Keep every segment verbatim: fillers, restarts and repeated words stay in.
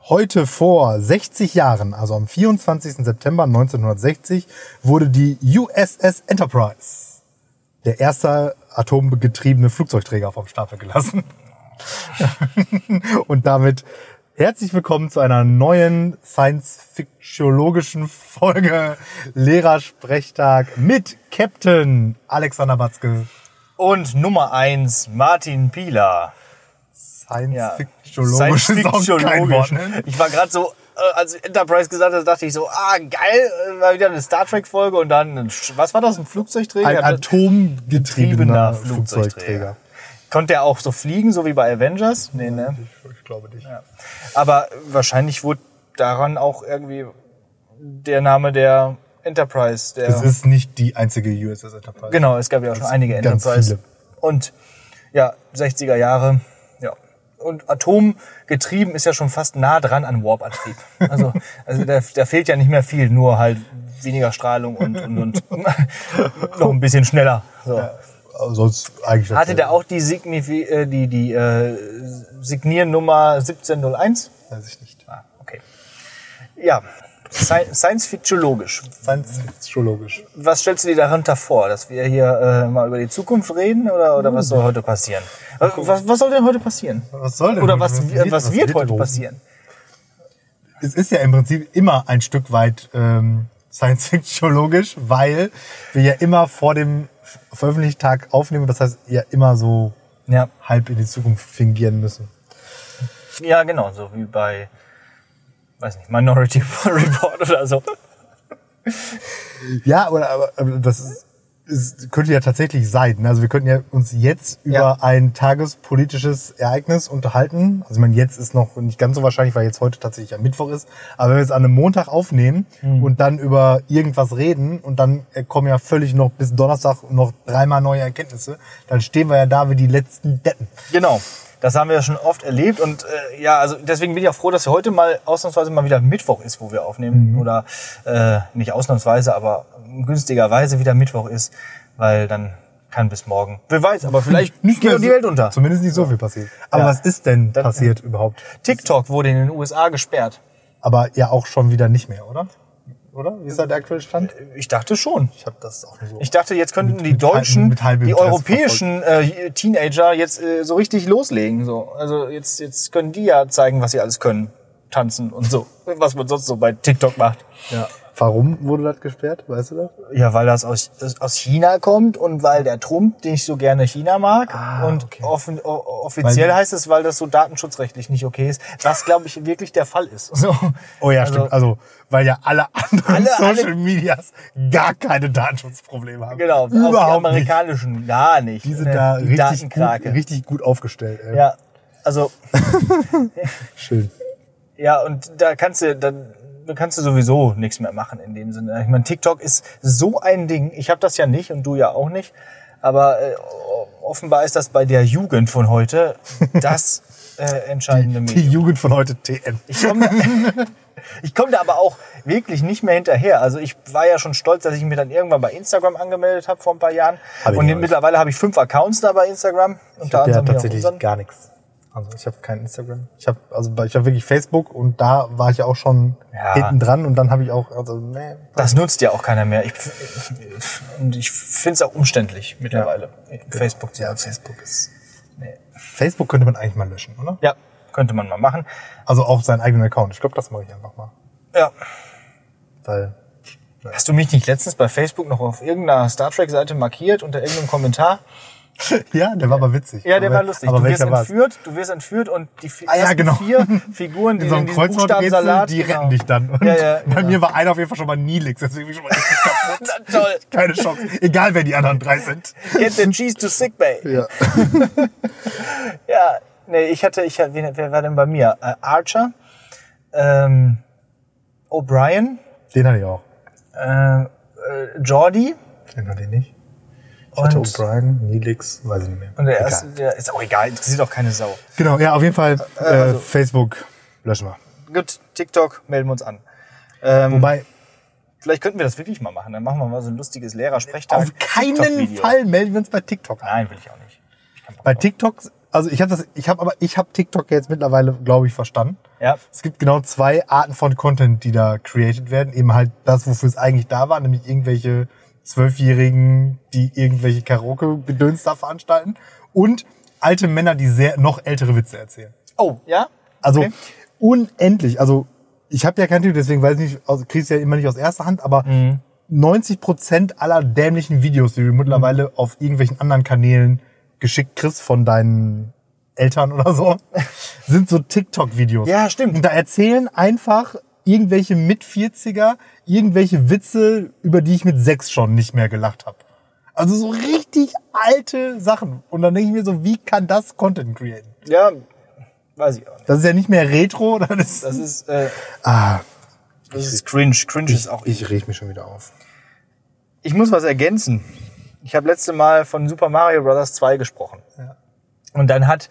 Heute vor sechzig Jahren, also am vierundzwanzigsten September neunzehnhundertsechzig, wurde die U S S Enterprise, der erste atomgetriebene Flugzeugträger, vom Stapel gelassen. Und damit herzlich willkommen zu einer neuen Science-Fictiologischen Folge Lehrersprechtag mit Captain Alexander Batzke und Nummer eins Martin Pieler. Science-Fictiologisch ja. ist auch kein Wort, ne? Ich war gerade so, als Enterprise gesagt hat, dachte ich so, ah geil, war wieder eine Star Trek Folge und dann, was war das, ein Flugzeugträger? Ein atomgetriebener Flugzeugträger. Flugzeugträger. Konnte er auch so fliegen, so wie bei Avengers? Nee, ne? Ich, ich glaube nicht. Ja. Aber wahrscheinlich wurde daran auch irgendwie der Name der Enterprise. Der es ist nicht die einzige U S S Enterprise. Genau, es gab ja auch schon einige ganz Enterprise. Viele. Und ja, sechziger Jahre, ja. Und atomgetrieben ist ja schon fast nah dran an Warp-Antrieb. Also, also da, da fehlt ja nicht mehr viel, nur halt weniger Strahlung und, und, und noch ein bisschen schneller. So. Ja. Sonst eigentlich Hatte der auch die, Signifi- äh, die, die äh, Signiernummer siebzehn null eins? Weiß ich nicht. Ah, okay. Ja, Science-Fictiologisch. Science-Fictiologisch. Was stellst du dir darunter vor? Dass wir hier äh, mal über die Zukunft reden oder, oder was soll heute passieren? Was, was soll denn heute passieren? Was soll denn Oder heute was, passieren? was, was wird heute passieren? Es ist ja im Prinzip immer ein Stück weit ähm, Science-Fictiologisch, weil wir ja immer vor dem Veröffentlichungstag aufnehmen. Das heißt, ja immer so ja. halb in die Zukunft fingieren müssen. Ja, genau. So wie bei, weiß nicht, Minority Report oder so. Ja, aber, aber, aber das ist, ist, könnte ja tatsächlich sein. Also wir könnten ja uns jetzt über ja. ein tagespolitisches Ereignis unterhalten. Also ich meine, jetzt ist noch nicht ganz so wahrscheinlich, weil jetzt heute tatsächlich am Mittwoch ist. Aber wenn wir jetzt an einem Montag aufnehmen mhm. und dann über irgendwas reden und dann kommen ja völlig noch bis Donnerstag noch dreimal neue Erkenntnisse, dann stehen wir ja da wie die letzten Deppen. Genau. Das haben wir ja schon oft erlebt und äh, ja, also deswegen bin ich auch froh, dass heute mal ausnahmsweise mal wieder Mittwoch ist, wo wir aufnehmen. Mhm. Oder äh, nicht ausnahmsweise, aber günstigerweise wieder Mittwoch ist, weil dann kann bis morgen, wer weiß, aber vielleicht nicht geht die Welt unter. Zumindest nicht so viel passiert. Aber ja. was ist denn dann, passiert ja. überhaupt? TikTok wurde in den U S A gesperrt. Aber ja auch schon wieder nicht mehr, oder? Oder? Wie ist da der aktuelle Stand? Ich dachte schon. Ich habe das auch so. Ich dachte, jetzt könnten mit, die mit Deutschen, mit halb, mit die europäischen äh, Teenager jetzt äh, so richtig loslegen. So, also jetzt jetzt können die ja zeigen, was sie alles können, tanzen und so, was man sonst so bei TikTok macht. Ja. Warum wurde das gesperrt? Weißt du das? Ja, weil das aus, aus China kommt und weil der Trump nicht so gerne China mag. Ah, und okay. offen, offiziell weil, heißt es, weil das so datenschutzrechtlich nicht okay ist. Was, glaube ich, wirklich der Fall ist. So. Oh ja, also, stimmt. Also, weil ja alle anderen alle, Social alle, Medias gar keine Datenschutzprobleme haben. Genau, überhaupt auch die amerikanischen nicht. gar nicht. Die sind ne, da die richtig gut, richtig gut aufgestellt. Ey. Ja, also. Schön. Ja, und da kannst du dann... Da kannst du sowieso nichts mehr machen in dem Sinne. Ich meine, TikTok ist so ein Ding. Ich habe das ja nicht und du ja auch nicht. Aber äh, offenbar ist das bei der Jugend von heute das äh, entscheidende die, Medium. Die Jugend von heute T M. Ich komme da, ich komm da aber auch wirklich nicht mehr hinterher. Also ich war ja schon stolz, dass ich mich dann irgendwann bei Instagram angemeldet habe vor ein paar Jahren. Und mittlerweile habe ich fünf Accounts da bei Instagram. Ich habe ja tatsächlich gar nichts. Also ich habe kein Instagram. Ich habe also ich habe wirklich Facebook und da war ich ja auch schon ja. hinten dran und dann habe ich auch also nee. Das nutzt ja auch keiner mehr. Ich, und ich finde es auch umständlich mittlerweile. Ja. Facebook. Ja, Facebook ist. Nee. Facebook könnte man eigentlich mal löschen, oder? Ja, könnte man mal machen. Also auch seinen eigenen Account. Ich glaube, das mache ich einfach mal. Ja. Weil. Ja. Hast du mich nicht letztens bei Facebook noch auf irgendeiner Star Trek Seite markiert unter irgendeinem Kommentar? Ja, der war aber witzig. Ja, der aber, war lustig. Aber du wirst war's? entführt, du wirst entführt und die ah, ja, genau. vier Figuren, die in, so in diesem Buchstabensalat, die genau. retten dich dann. Und ja, ja, bei genau. mir war einer auf jeden Fall schon mal Nilix, deswegen bin ich schon mal richtig kaputt. Toll. Keine Chance. Egal, wer die anderen drei sind. Get the cheese to sick bay. Ja. Ja, nee, ich hatte, ich hatte, wer war denn bei mir? Äh, Archer, ähm, O'Brien. Den hatte ich auch. Äh, äh, Geordi. Den hatte ich nicht. Ich hatte O'Brien, Nilix, weiß ich nicht mehr. Und der erste, der ist auch egal, interessiert auch keine Sau. Genau, ja, auf jeden Fall äh, also, Facebook löschen wir. Gut, TikTok, melden wir uns an. Ähm, Wobei, vielleicht könnten wir das wirklich mal machen. Dann machen wir mal so ein lustiges Lehrersprechtag. Auf keinen Fall melden wir uns bei TikTok an. Nein, will ich auch nicht. Ich bei TikTok, Also ich habe das, ich habe aber, ich habe TikTok jetzt mittlerweile, glaube ich, verstanden. Ja. Es gibt genau zwei Arten von Content, die da created werden. Eben halt das, wofür es eigentlich da war, nämlich irgendwelche Zwölfjährigen, die irgendwelche Karaoke-Gedöns da veranstalten. Und alte Männer, die sehr noch ältere Witze erzählen. Oh, ja? Also Okay. unendlich. Also ich habe ja kein Typ, deswegen weiß ich nicht, also kriegst du ja immer nicht aus erster Hand, aber Mhm. neunzig Prozent aller dämlichen Videos, die du mittlerweile auf irgendwelchen anderen Kanälen geschickt kriegst von deinen Eltern oder so, sind so TikTok-Videos. Ja, stimmt. Und da erzählen einfach irgendwelche Mit-vierziger irgendwelche Witze, über die ich mit sechs schon nicht mehr gelacht habe. Also so richtig alte Sachen. Und dann denke ich mir so, wie kann das Content createn? Ja, weiß ich auch nicht. Das ist ja nicht mehr Retro. Oder das, Das ist, äh, ah, das ist cringe. Cringe ist auch... ich reg mich schon wieder auf. Ich muss was ergänzen. Ich habe letzte Mal von Super Mario Bros. zwei gesprochen. Ja. Und dann hat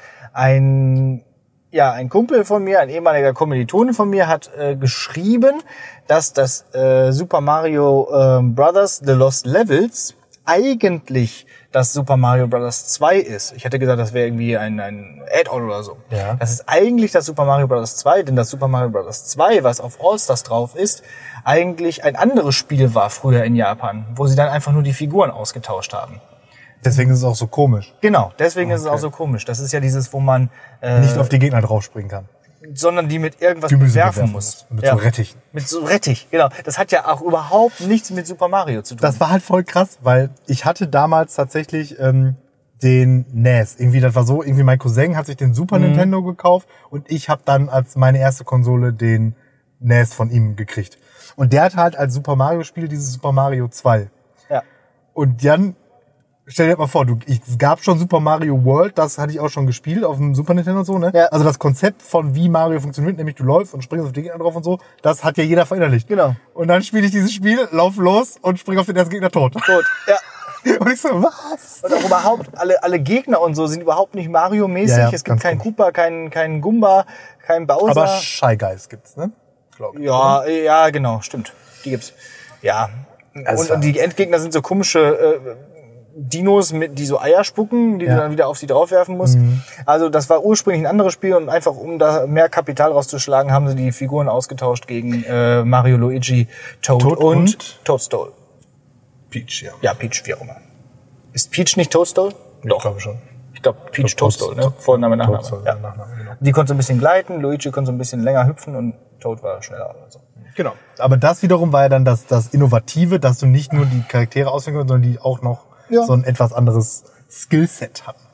ein, ja, ein Kumpel von mir, ein ehemaliger Kommilitone von mir, hat äh, geschrieben, dass das äh, Super Mario äh, Bros. The Lost Levels eigentlich das Super Mario Bros. zwei ist. Ich hätte gesagt, das wäre irgendwie ein, ein Add-on oder so. Ja. Das ist eigentlich das Super Mario Bros. zwei, denn das Super Mario Bros. zwei, was auf All-Stars drauf ist, eigentlich ein anderes Spiel war früher in Japan, wo sie dann einfach nur die Figuren ausgetauscht haben. Deswegen ist es auch so komisch. Genau, deswegen Okay. ist es auch so komisch. Das ist ja dieses, wo man äh, Nicht auf die Gegner draufspringen kann. sondern die mit irgendwas Gemüse bewerfen bewerfen muss. muss. Mit ja. so Rettichen. Mit so Rettich, genau. Das hat ja auch überhaupt nichts mit Super Mario zu tun. Das war halt voll krass, weil ich hatte damals tatsächlich ähm, den N E S. Irgendwie, das war so, irgendwie mein Cousin hat sich den Super Mhm. Nintendo gekauft und ich habe dann als meine erste Konsole den N E S von ihm gekriegt. Und der hat halt als Super Mario Spiel dieses Super Mario zwei. ja. Und dann, stell dir mal vor, du, ich, es gab schon Super Mario World, das hatte ich auch schon gespielt auf dem Super Nintendo und so, ne? Ja. Also das Konzept von wie Mario funktioniert, nämlich du läufst und springst auf die Gegner drauf und so, das hat ja jeder verinnerlicht. Genau. Und dann spiele ich dieses Spiel, lauf los und spring auf den ersten Gegner tot. Tot. Ja. Und ich so, was? Und auch überhaupt, alle, alle Gegner und so sind überhaupt nicht Mario-mäßig. Ja, ja, es gibt ganz keinen komisch. Koopa, keinen, keinen Gumba, keinen Bowser. Aber Shy Guys gibt's, ne? Glaub ich. ja, ja, genau, stimmt. Die gibt's. Ja. Also und, und die Endgegner sind so komische äh, Dinos, mit, die so Eier spucken, die Ja. du dann wieder auf sie draufwerfen musst. Mhm. Also das war ursprünglich ein anderes Spiel und einfach um da mehr Kapital rauszuschlagen, haben sie die Figuren ausgetauscht gegen äh, Mario, Luigi, Toad, Toad und, und? Toadstool. Peach, ja. Ja, Peach, wie auch immer. Ist Peach nicht Toadstool? Ich glaube schon. Ich glaube Peach Ich glaub, Toadstool, Toad- ne? Vorname, Nachname. Toadstool, Ja. Nachname, genau. Die konnte so ein bisschen gleiten, Luigi konnte so ein bisschen länger hüpfen und Toad war schneller oder so. Genau. Aber das wiederum war ja dann das, das Innovative, dass du nicht nur die Charaktere auswählen konntest, sondern die auch noch Ja. so ein etwas anderes Skillset hatten.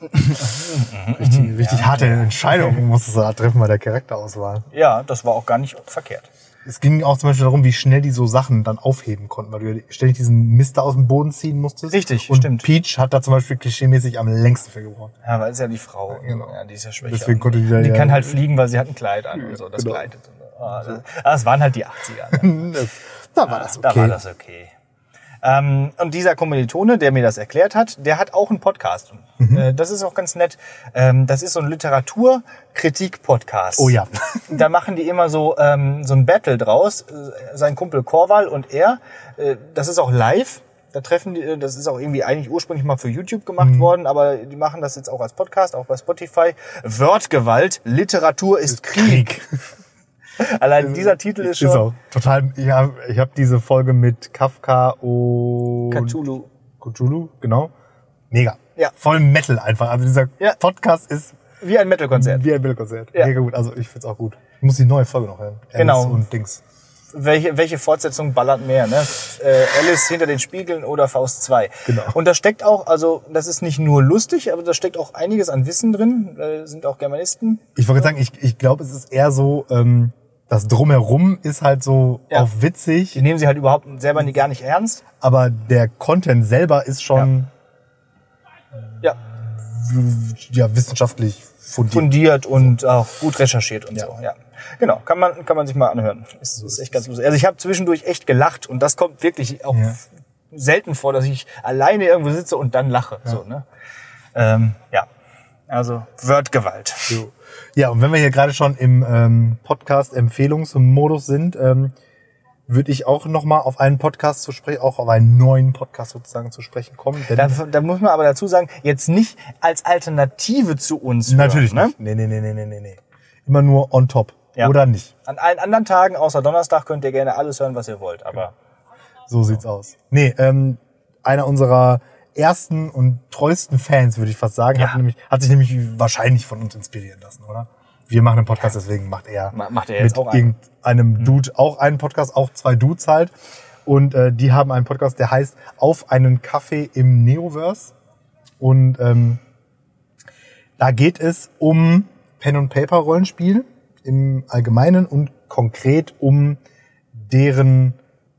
richtig richtig harte Entscheidungen musstest du da treffen bei der Charakterauswahl. Ja, das war auch gar nicht verkehrt. Es ging auch zum Beispiel darum, wie schnell die so Sachen dann aufheben konnten, weil du ja ständig diesen Mister aus dem Boden ziehen musstest. Richtig, und stimmt. Peach hat da zum Beispiel klischeemäßig am längsten für gebraucht. Ja, weil es ja die Frau, Genau. ja, die ist ja schwächer. Deswegen konnte die da die ja- kann halt fliegen, weil sie hat ein Kleid an und so, das Genau. gleitet. Und so. Ah, das, das waren halt die achtziger. Ne? Das, da war das okay. Da war das okay. Ähm, und dieser Kommilitone, der mir das erklärt hat, der hat auch einen Podcast. Mhm. Äh, das ist auch ganz nett. Ähm, das ist so ein Literaturkritik-Podcast. Oh ja. Da machen die immer so ähm, so ein Battle draus. Äh, Sein Kumpel Korwal und er. Äh, das ist auch live. Da treffen die, das ist auch irgendwie eigentlich ursprünglich mal für YouTube gemacht Mhm. worden, aber die machen das jetzt auch als Podcast, auch bei Spotify. Wordgewalt, Literatur ist Krieg. Allein dieser Titel ist schon Ist auch total. Ich habe ich hab diese Folge mit Kafka und Cthulhu. Cthulhu, genau. Mega. Ja. Voll Metal einfach. Also dieser Ja. Podcast ist Wie ein Metal-Konzert. wie ein Metal-Konzert. Ja. Mega gut. Also ich find's auch gut. Ich muss die neue Folge noch hören. Alice Genau. Und Dings. Welche, welche Fortsetzung ballert mehr, ne? Äh, Alice hinter den Spiegeln oder Faust zwei. Genau. Und da steckt auch, also das ist nicht nur lustig, aber da steckt auch einiges an Wissen drin. Äh, sind auch Germanisten. Ich wollte sagen, ich, ich glaube, es ist eher so, ähm, das Drumherum ist halt so Ja. auf witzig, Die nehmen sie halt überhaupt selber nie, gar nicht ernst. aber der Content selber ist schon Ja, ja, wissenschaftlich fundiert. fundiert und auch gut recherchiert und so. Ja, genau, kann man kann man sich mal anhören. Ist, ist echt ganz lustig. Also ich habe zwischendurch echt gelacht und das kommt wirklich auch Ja. selten vor, dass ich alleine irgendwo sitze und dann lache. So, ne? Ähm, ja, also Wordgewalt. So. Ja, und wenn wir hier gerade schon im ähm, Podcast-Empfehlungsmodus sind, ähm, würde ich auch nochmal auf einen Podcast zu sprechen, auch auf einen neuen Podcast sozusagen zu sprechen kommen. Denn Da, da muss man aber dazu sagen, jetzt nicht als Alternative zu uns. natürlich hören, nicht. Nee, nee, nee, nee, nee, nee, nee. Immer nur on top. Ja. Oder nicht. An allen anderen Tagen, außer Donnerstag, könnt ihr gerne alles hören, was ihr wollt. Aber So sieht's aus. Nee, ähm, einer unserer ersten und treuesten Fans, würde ich fast sagen, Ja. hat, nämlich, hat sich nämlich wahrscheinlich von uns inspirieren lassen, oder? Wir machen einen Podcast, deswegen macht er, Ma- macht er jetzt mit auch einen. irgendeinem Dude auch einen Podcast, auch zwei Dudes halt. Und äh, die haben einen Podcast, der heißt Auf einen Kaffee im Neoverse. Und ähm, da geht es um Pen-and-Paper-Rollenspiel im Allgemeinen und konkret um deren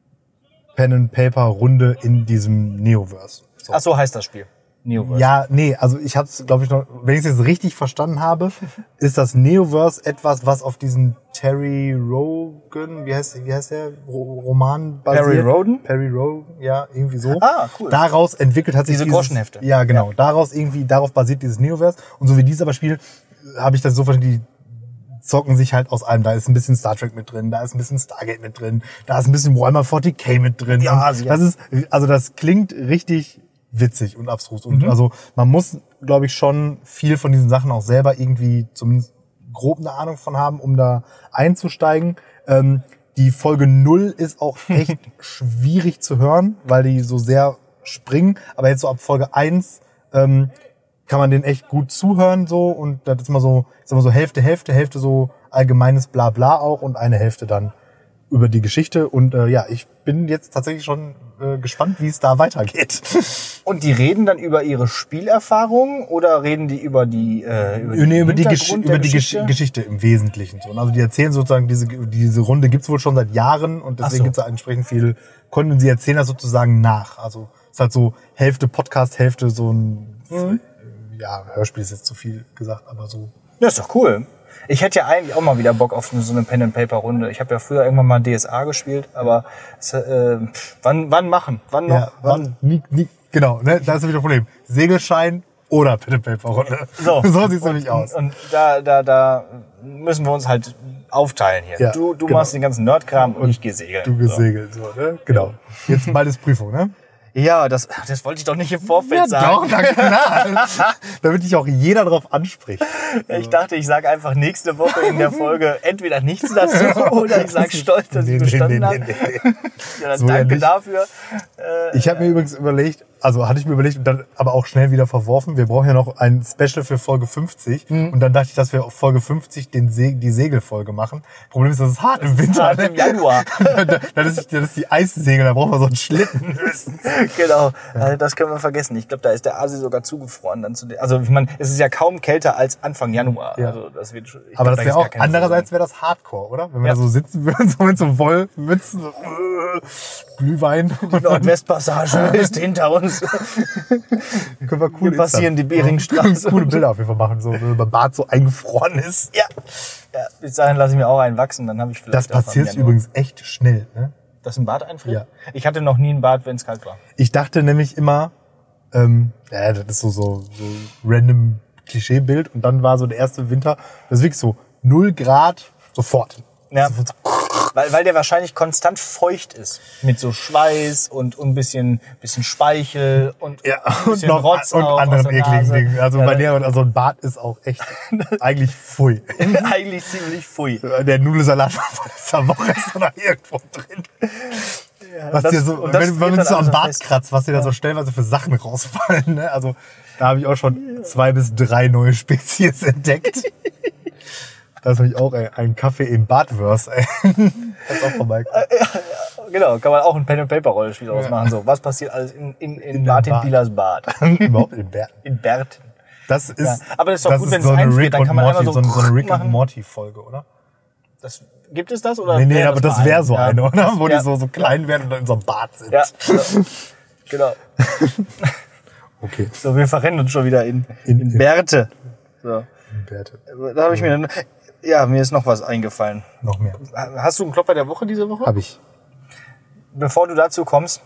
Pen-and-Paper-Runde in diesem Neoverse. So. ach so heißt das Spiel. Neoverse. Ja, nee, also ich habe es, glaube ich, noch, wenn ich es jetzt richtig verstanden habe, ist das Neoverse etwas, was auf diesen Terry Rogan, wie heißt, wie heißt der, Ro- Roman basiert? Perry Roden? Perry Roden, ja, irgendwie so. Ah, cool. Daraus entwickelt hat sich Diese dieses, Groschenhefte. Ja, genau. Daraus irgendwie, darauf basiert dieses Neoverse. Und so wie dies aber spielt, habe ich das so verstanden, die zocken sich halt aus allem. Da ist ein bisschen Star Trek mit drin, da ist ein bisschen Stargate mit drin, da ist ein bisschen Warhammer vierzig K mit drin. Ja, Und sicher. das ist, also das klingt richtig witzig und abstrus. Und also man muss, glaube ich, schon viel von diesen Sachen auch selber irgendwie zumindest grob eine Ahnung von haben, um da einzusteigen. Ähm, die Folge null ist auch echt schwierig zu hören, weil die so sehr springen. Aber jetzt so ab Folge eins ähm, kann man den echt gut zuhören so. Und das ist immer so, ist immer so Hälfte, Hälfte, Hälfte so allgemeines Blabla auch und eine Hälfte dann über die Geschichte. Und äh, ja, ich bin jetzt tatsächlich schon äh, gespannt, wie es da weitergeht. Und die reden dann über ihre Spielerfahrung oder reden die über die äh, über, Nee, über die, Gesch Hintergrund der über die Geschichte? Geschichte im Wesentlichen. So. Also die erzählen sozusagen, diese, diese Runde gibt's wohl schon seit Jahren und deswegen so. gibt's da entsprechend viel Content und sie erzählen das sozusagen nach. Also es ist halt so Hälfte Podcast, Hälfte so ein, Mhm. ja, Hörspiel ist jetzt zu viel gesagt, aber so. Ja, ist doch cool. Ich hätte ja eigentlich auch mal wieder Bock auf so eine Pen-and-Paper-Runde. Ich habe ja früher irgendwann mal D S A gespielt, aber es, äh, wann, wann machen? Wann noch? Ja, wann? Nie, nie, genau, ne? Da ist nämlich das Problem. Segelschein oder Pen-and-Paper-Runde. So, so sieht's nämlich aus. Und da, da, da müssen wir uns halt aufteilen hier. Ja, du du genau. machst den ganzen Nerdkram und, ich gehe segeln. Du gesegelt, so, ne? Genau. Jetzt bald ist Prüfung, ne? Ja, das, das wollte ich doch nicht im Vorfeld sagen. Doch, na klar. Damit dich auch jeder drauf anspricht. Ich dachte, ich sage einfach nächste Woche in der Folge entweder nichts dazu oder ich sage stolz, dass Nee, ich nee, bestanden nee, habe. nee, nee. Ja, dann So ja danke nicht. dafür. Äh, Ich habe mir übrigens überlegt, also hatte ich mir überlegt und dann aber auch schnell wieder verworfen, wir brauchen ja noch ein Special für Folge fünfzig und dann dachte ich, dass wir auf Folge fünfzig den Se die Segelfolge machen. Problem ist, das ist hart im Winter. hart im Januar. Dann ist, das ist die Eissegel, da brauchen wir so einen Schlitten höchstens. Genau, also das können wir vergessen. Ich glaube, da ist der Asi sogar zugefroren. Dann zu den, also ich meine, es ist ja kaum kälter als Anfang Januar. Ja. Also das wird, schon- ich Aber glaub, das da wäre gibt's gar auch, keine andererseits wäre das Hardcore, oder? Wenn wir Ja. da so sitzen würden, so mit so Wollmützen, so, äh, Glühwein. Sorgen. Die Nordwestpassage ist hinter uns. Können wir cool Wir passieren die Beringstraße. Coole Bilder auf jeden Fall machen, so, wenn mein Bart so eingefroren ist. Ja. Ja, bis dahin lasse ich mir auch einen wachsen, dann habe ich vielleicht Das auch am passiert Januar. übrigens echt schnell, ne? Dass ein Bad einfriert? Ja. Ich hatte noch nie ein Bad, wenn es kalt war. Ich dachte nämlich immer, ähm, ja, das ist so, so, so random Klischeebild und dann war so der erste Winter, das ist wirklich so null Grad sofort. Ja. Sofort so, Weil, weil der wahrscheinlich konstant feucht ist. Mit so Schweiß und, und ein bisschen, bisschen Speichel und ja, ein und bisschen noch Rotz und auch anderen aus der ekligen Nase. Dingen. Also Ja, bei dann- der, also ein Bad ist auch echt eigentlich pfui. Eigentlich ziemlich pfui. Der Nudelsalat von letzter Woche ist noch irgendwo drin. Was das- dir so, und das wenn, wenn friert man sich so dann am alles Bart fest. kratzt, was dir da so stellenweise für Sachen rausfallen. Ne? Also da habe ich auch schon zwei bis drei neue Spezies entdeckt. Das ist nämlich auch ey, ein Kaffee im Badverse. Ey. Kannst auch vorbeikommen. Genau, kann man auch ein Pen-and-Paper-Rollenspiel daraus machen. So, was passiert alles in, in, in, In Martin dem Bad. Pielers Bad? Überhaupt in Bärten. In Berten. Das ist, Ja, aber das ist doch gut, ist wenn es so eine einfriert, Rick dann und kann man Morty, einmal so so, eine- so eine Rick machen. und Morty Folge, oder? Das, gibt es das? Oder Nee, nee, wäre aber das mal wäre eine? so Ja. eine, oder? Wo Ja. die so, so klein werden und dann in so einem Bad sind. Ja, genau. Okay. So, wir verrennen uns schon wieder in, in, In- Bärte. So. In Bärte. Da habe ich mir dann, ja, mir ist noch was eingefallen. Noch mehr. Hast du einen Klopper der Woche diese Woche? Hab ich. Bevor du dazu kommst,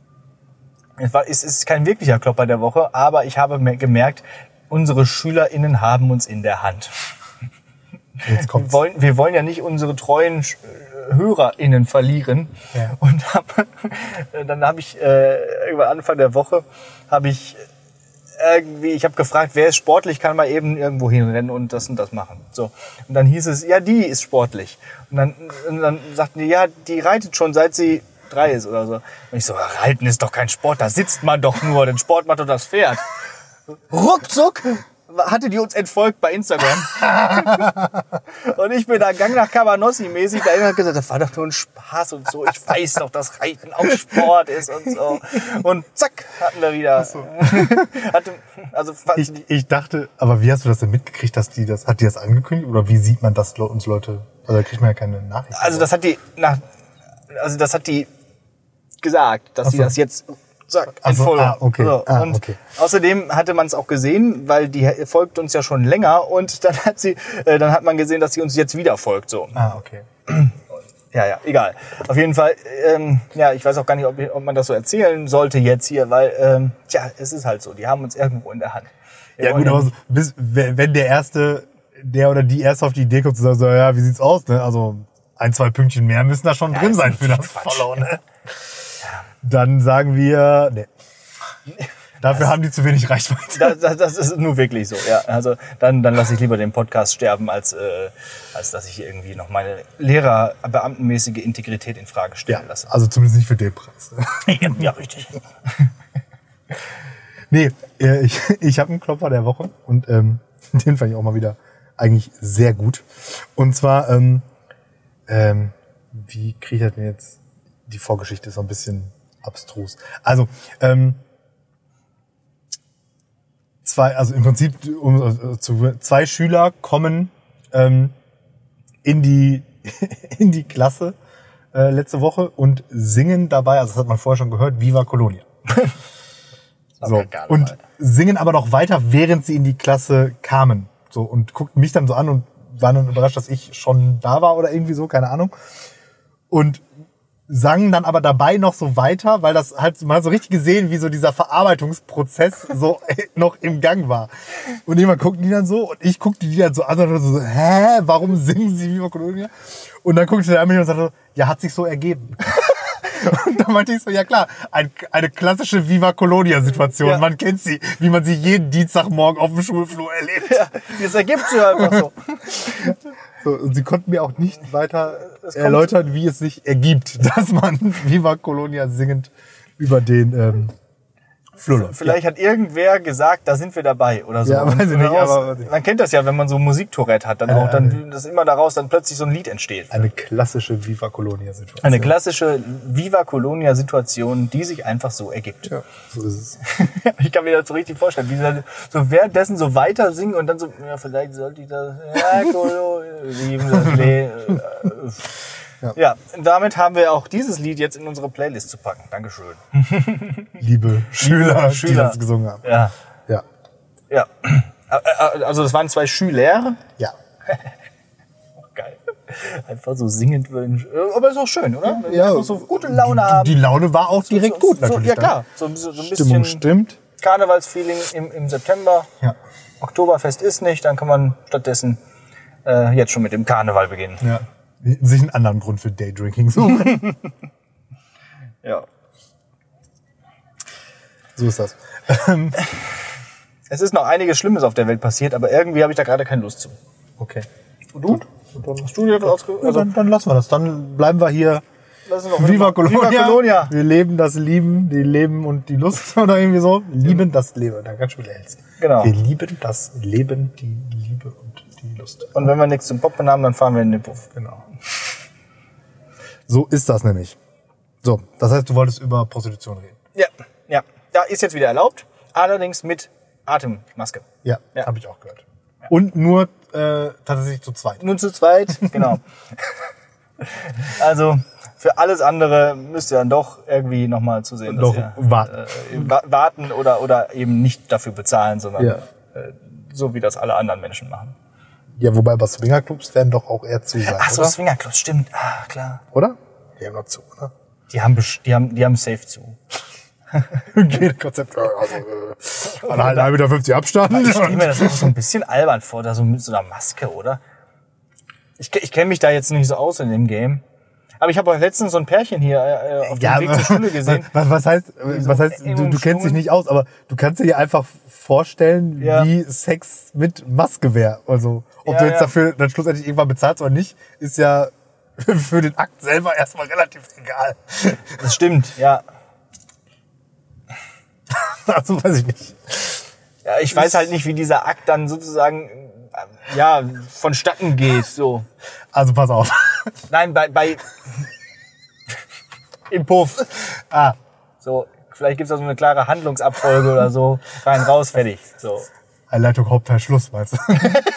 es war- es ist kein wirklicher Klopper der Woche, aber ich habe mir gemerkt, unsere SchülerInnen haben uns in der Hand. Jetzt Wir kommt's. wollen, wir wollen ja nicht unsere treuen Sch- HörerInnen verlieren. Ja. Und hab, dann habe ich äh, irgendwann Anfang der Woche habe ich irgendwie, ich habe gefragt, wer ist sportlich, kann mal eben irgendwo hinrennen und das und das machen. So. Und dann hieß es, ja, die ist sportlich. Und dann, und dann sagten die, ja, die reitet schon seit sie drei ist oder so. Und ich so, reiten ist doch kein Sport, da sitzt man doch nur, den Sport macht doch das Pferd. Ruckzuck hatte die uns entfolgt bei Instagram. Und ich bin da Gang nach Cabanossi mäßig dahin und hab gesagt, das war doch nur ein Spaß und so. Ich weiß doch, dass Reiten auch Sport ist und so. Und zack, hatten wir wieder. So. Hatte, also, Ich, ich dachte, aber wie hast du das denn mitgekriegt, dass die das, hat die das angekündigt oder wie sieht man das uns Leute, also da kriegt man ja keine Nachrichten. also das hat die, nach, also das hat die gesagt, dass Ach sie so. das jetzt zack, Ach so, entfolgen. ah, okay. So, Ah, und okay. außerdem hatte man es auch gesehen, weil die folgt uns ja schon länger und dann hat sie, äh, dann hat man gesehen, dass sie uns jetzt wieder folgt. So. Ah, okay. Ja, ja, egal. Auf jeden Fall, ähm, ja, ich weiß auch gar nicht, ob, ob man das so erzählen sollte jetzt hier, weil, ähm, tja, es ist halt so, die haben uns irgendwo in der Hand. Wir Ja wollen gut, aber so, bis, wenn wenn der Erste, der oder die erst auf die Idee kommt zu sagen, so, ja, wie sieht's aus, ne? Also ein, zwei Pünktchen mehr müssen da schon Ja, drin ist sein für das Quatsch, Follow, ne? Dann sagen wir, ne. Dafür haben die zu wenig Reichweite. Das, das, das ist nur wirklich so, ja. Also dann, dann lasse ich lieber den Podcast sterben, als, äh, als dass ich irgendwie noch meine lehrerbeamtenmäßige Integrität in Frage stellen lasse. Also zumindest nicht für den Preis. Ja, richtig. Nee, äh, ich, ich habe einen Klopfer der Woche und ähm, den fand ich auch mal wieder eigentlich sehr gut. Und zwar, ähm, ähm, wie kriege ich das denn jetzt? Die Vorgeschichte ist so ein bisschen abstrus. Also, ähm, zwei, also im Prinzip um, also, zu, zwei Schüler kommen ähm, in die in die Klasse äh, letzte Woche und singen dabei, also das hat man vorher schon gehört, Viva Colonia. So, und singen aber noch weiter, während sie in die Klasse kamen. So, und guckten mich dann so an und waren dann überrascht, dass ich schon da war oder irgendwie so, keine Ahnung. Und sangen dann aber dabei noch so weiter, weil das halt, man hat so richtig gesehen, wie so dieser Verarbeitungsprozess so noch im Gang war. Und jemand guckt die dann so und ich guckte die dann so an und so, hä, warum singen sie Viva Colonia? Und dann guckte der an mich und sagte, ja, hat sich so ergeben. Und dann meinte ich so, ja klar, ein, eine klassische Viva Colonia-Situation. Ja. Man kennt sie, wie man sie jeden Dienstagmorgen auf dem Schulflur erlebt. Ja, das ergibt sich einfach so. So, und sie konnten mir auch nicht weiter erläutern, wie es sich ergibt, dass man Viva Colonia singend über den ähm, Flur läuft. Vielleicht hat irgendwer gesagt, da sind wir dabei oder so. Ja, weiß ich Und nicht, daraus- aber- man kennt das ja, wenn man so Musiktourette hat, dann auch, dann, dass immer daraus dann plötzlich so ein Lied entsteht. Eine klassische Viva Colonia-Situation. Eine klassische Viva Colonia-Situation, die sich einfach so ergibt. Ja, so ist es. Ich kann mir das so richtig vorstellen, wie sie dann so währenddessen so weiter singen und dann so, ja, vielleicht sollte ich das, ja, Colonia, lieben das Le- äh, Ja. ja, damit haben wir auch dieses Lied jetzt in unsere Playlist zu packen. Dankeschön. Liebe Schüler, die Schüler. das gesungen haben. Ja, Ja. ja. Also das waren zwei Schüler. Ja. Geil. Einfach so singend. Aber ist auch schön, oder? Wenn wir Ja. einfach so gute Laune haben. Die Laune war auch direkt so, gut so, natürlich. Ja dann. klar, so, so, so ein Stimmung bisschen stimmt. Karnevalsfeeling im, im September. Ja. Oktoberfest ist nicht, dann kann man stattdessen äh, jetzt schon mit dem Karneval beginnen. Ja. Sich einen anderen Grund für Daydrinking suchen. Ja. So ist das. Es ist noch einiges Schlimmes auf der Welt passiert, aber irgendwie habe ich da gerade keine Lust zu. Okay. Und du? Und dann hast du dir ausge... Ja, Also, dann, dann lassen wir das. Dann bleiben wir hier. lass uns noch Viva Colonia. Viva Colonia. Wir leben das Lieben, die Leben und die Lust oder irgendwie so. Lieben das Leben. Da ganz schön hältst. Genau. Wir lieben das Leben, die Liebe und die Lust. Und wenn wir nichts zum Poppen haben, dann fahren wir in den Puff. Genau. So ist das nämlich. So, das heißt, du wolltest über Prostitution reden. Ja, ja. Da ist jetzt wieder erlaubt, allerdings mit Atemmaske. Ja, Ja. habe ich auch gehört. Und nur äh, tatsächlich zu zweit. Nur zu zweit, genau. Also für alles andere müsst ihr dann doch irgendwie nochmal zusehen, dass Doch ihr warten. Äh, wa- warten oder, oder eben nicht dafür bezahlen, sondern Ja. äh, so wie das alle anderen Menschen machen. Ja, wobei bei Swingerclubs werden doch auch eher zu sein, Ach so, oder? Swingerclubs, stimmt. Ah, klar. Oder? Die haben noch zu, oder? Die haben, besch- die haben, die haben safe zu. Jede Konzept. Also, äh, an halt eins Meter fünfzig Abstand. Ich stelle mir das auch so ein bisschen albern vor, da so mit so einer Maske, oder? Ich, ich kenne mich da jetzt nicht so aus in dem Game. Aber ich habe auch letztens so ein Pärchen hier äh, auf dem Ja, Weg zur Schule gesehen. Was, was heißt, so was heißt du, du kennst dich nicht aus, aber du kannst dir einfach vorstellen, Ja. wie Sex mit Maske wäre. Also, ob Ja, du jetzt ja. dafür dann schlussendlich irgendwann bezahlst oder nicht, ist ja für den Akt selber erstmal relativ egal. Das stimmt, ja. Also, weiß ich nicht. Ja, ich weiß halt nicht, wie dieser Akt dann sozusagen äh, ja, vonstatten geht. So. Also, pass auf. Nein, bei, bei im Puff. Ah, So, vielleicht gibt's da so eine klare Handlungsabfolge oder so. Rein, raus, fertig. So. Einleitung, Hauptverschluss, meinst du?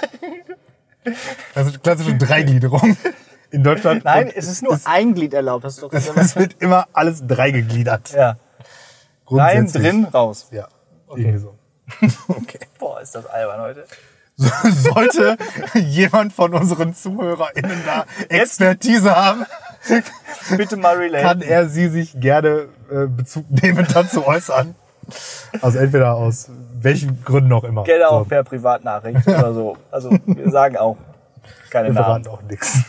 Das ist klassische Dreigliederung in Deutschland. Nein, Und es ist nur es, ein Glied erlaubt. Das ist doch es wird immer alles dreigegliedert. ja. Rein, Grundsätzlich. drin, raus. Ja, irgendwie so. Okay. Boah, ist das albern heute. So, sollte jemand von unseren ZuhörerInnen da Expertise haben, Bitte mal relate. kann er sie sich gerne äh, Bezug nehmen, dazu äußern. Also entweder aus welchen Gründen auch immer. Gerne auch So, per Privatnachricht oder so. Also wir sagen auch keine wir Namen. verraten auch nichts.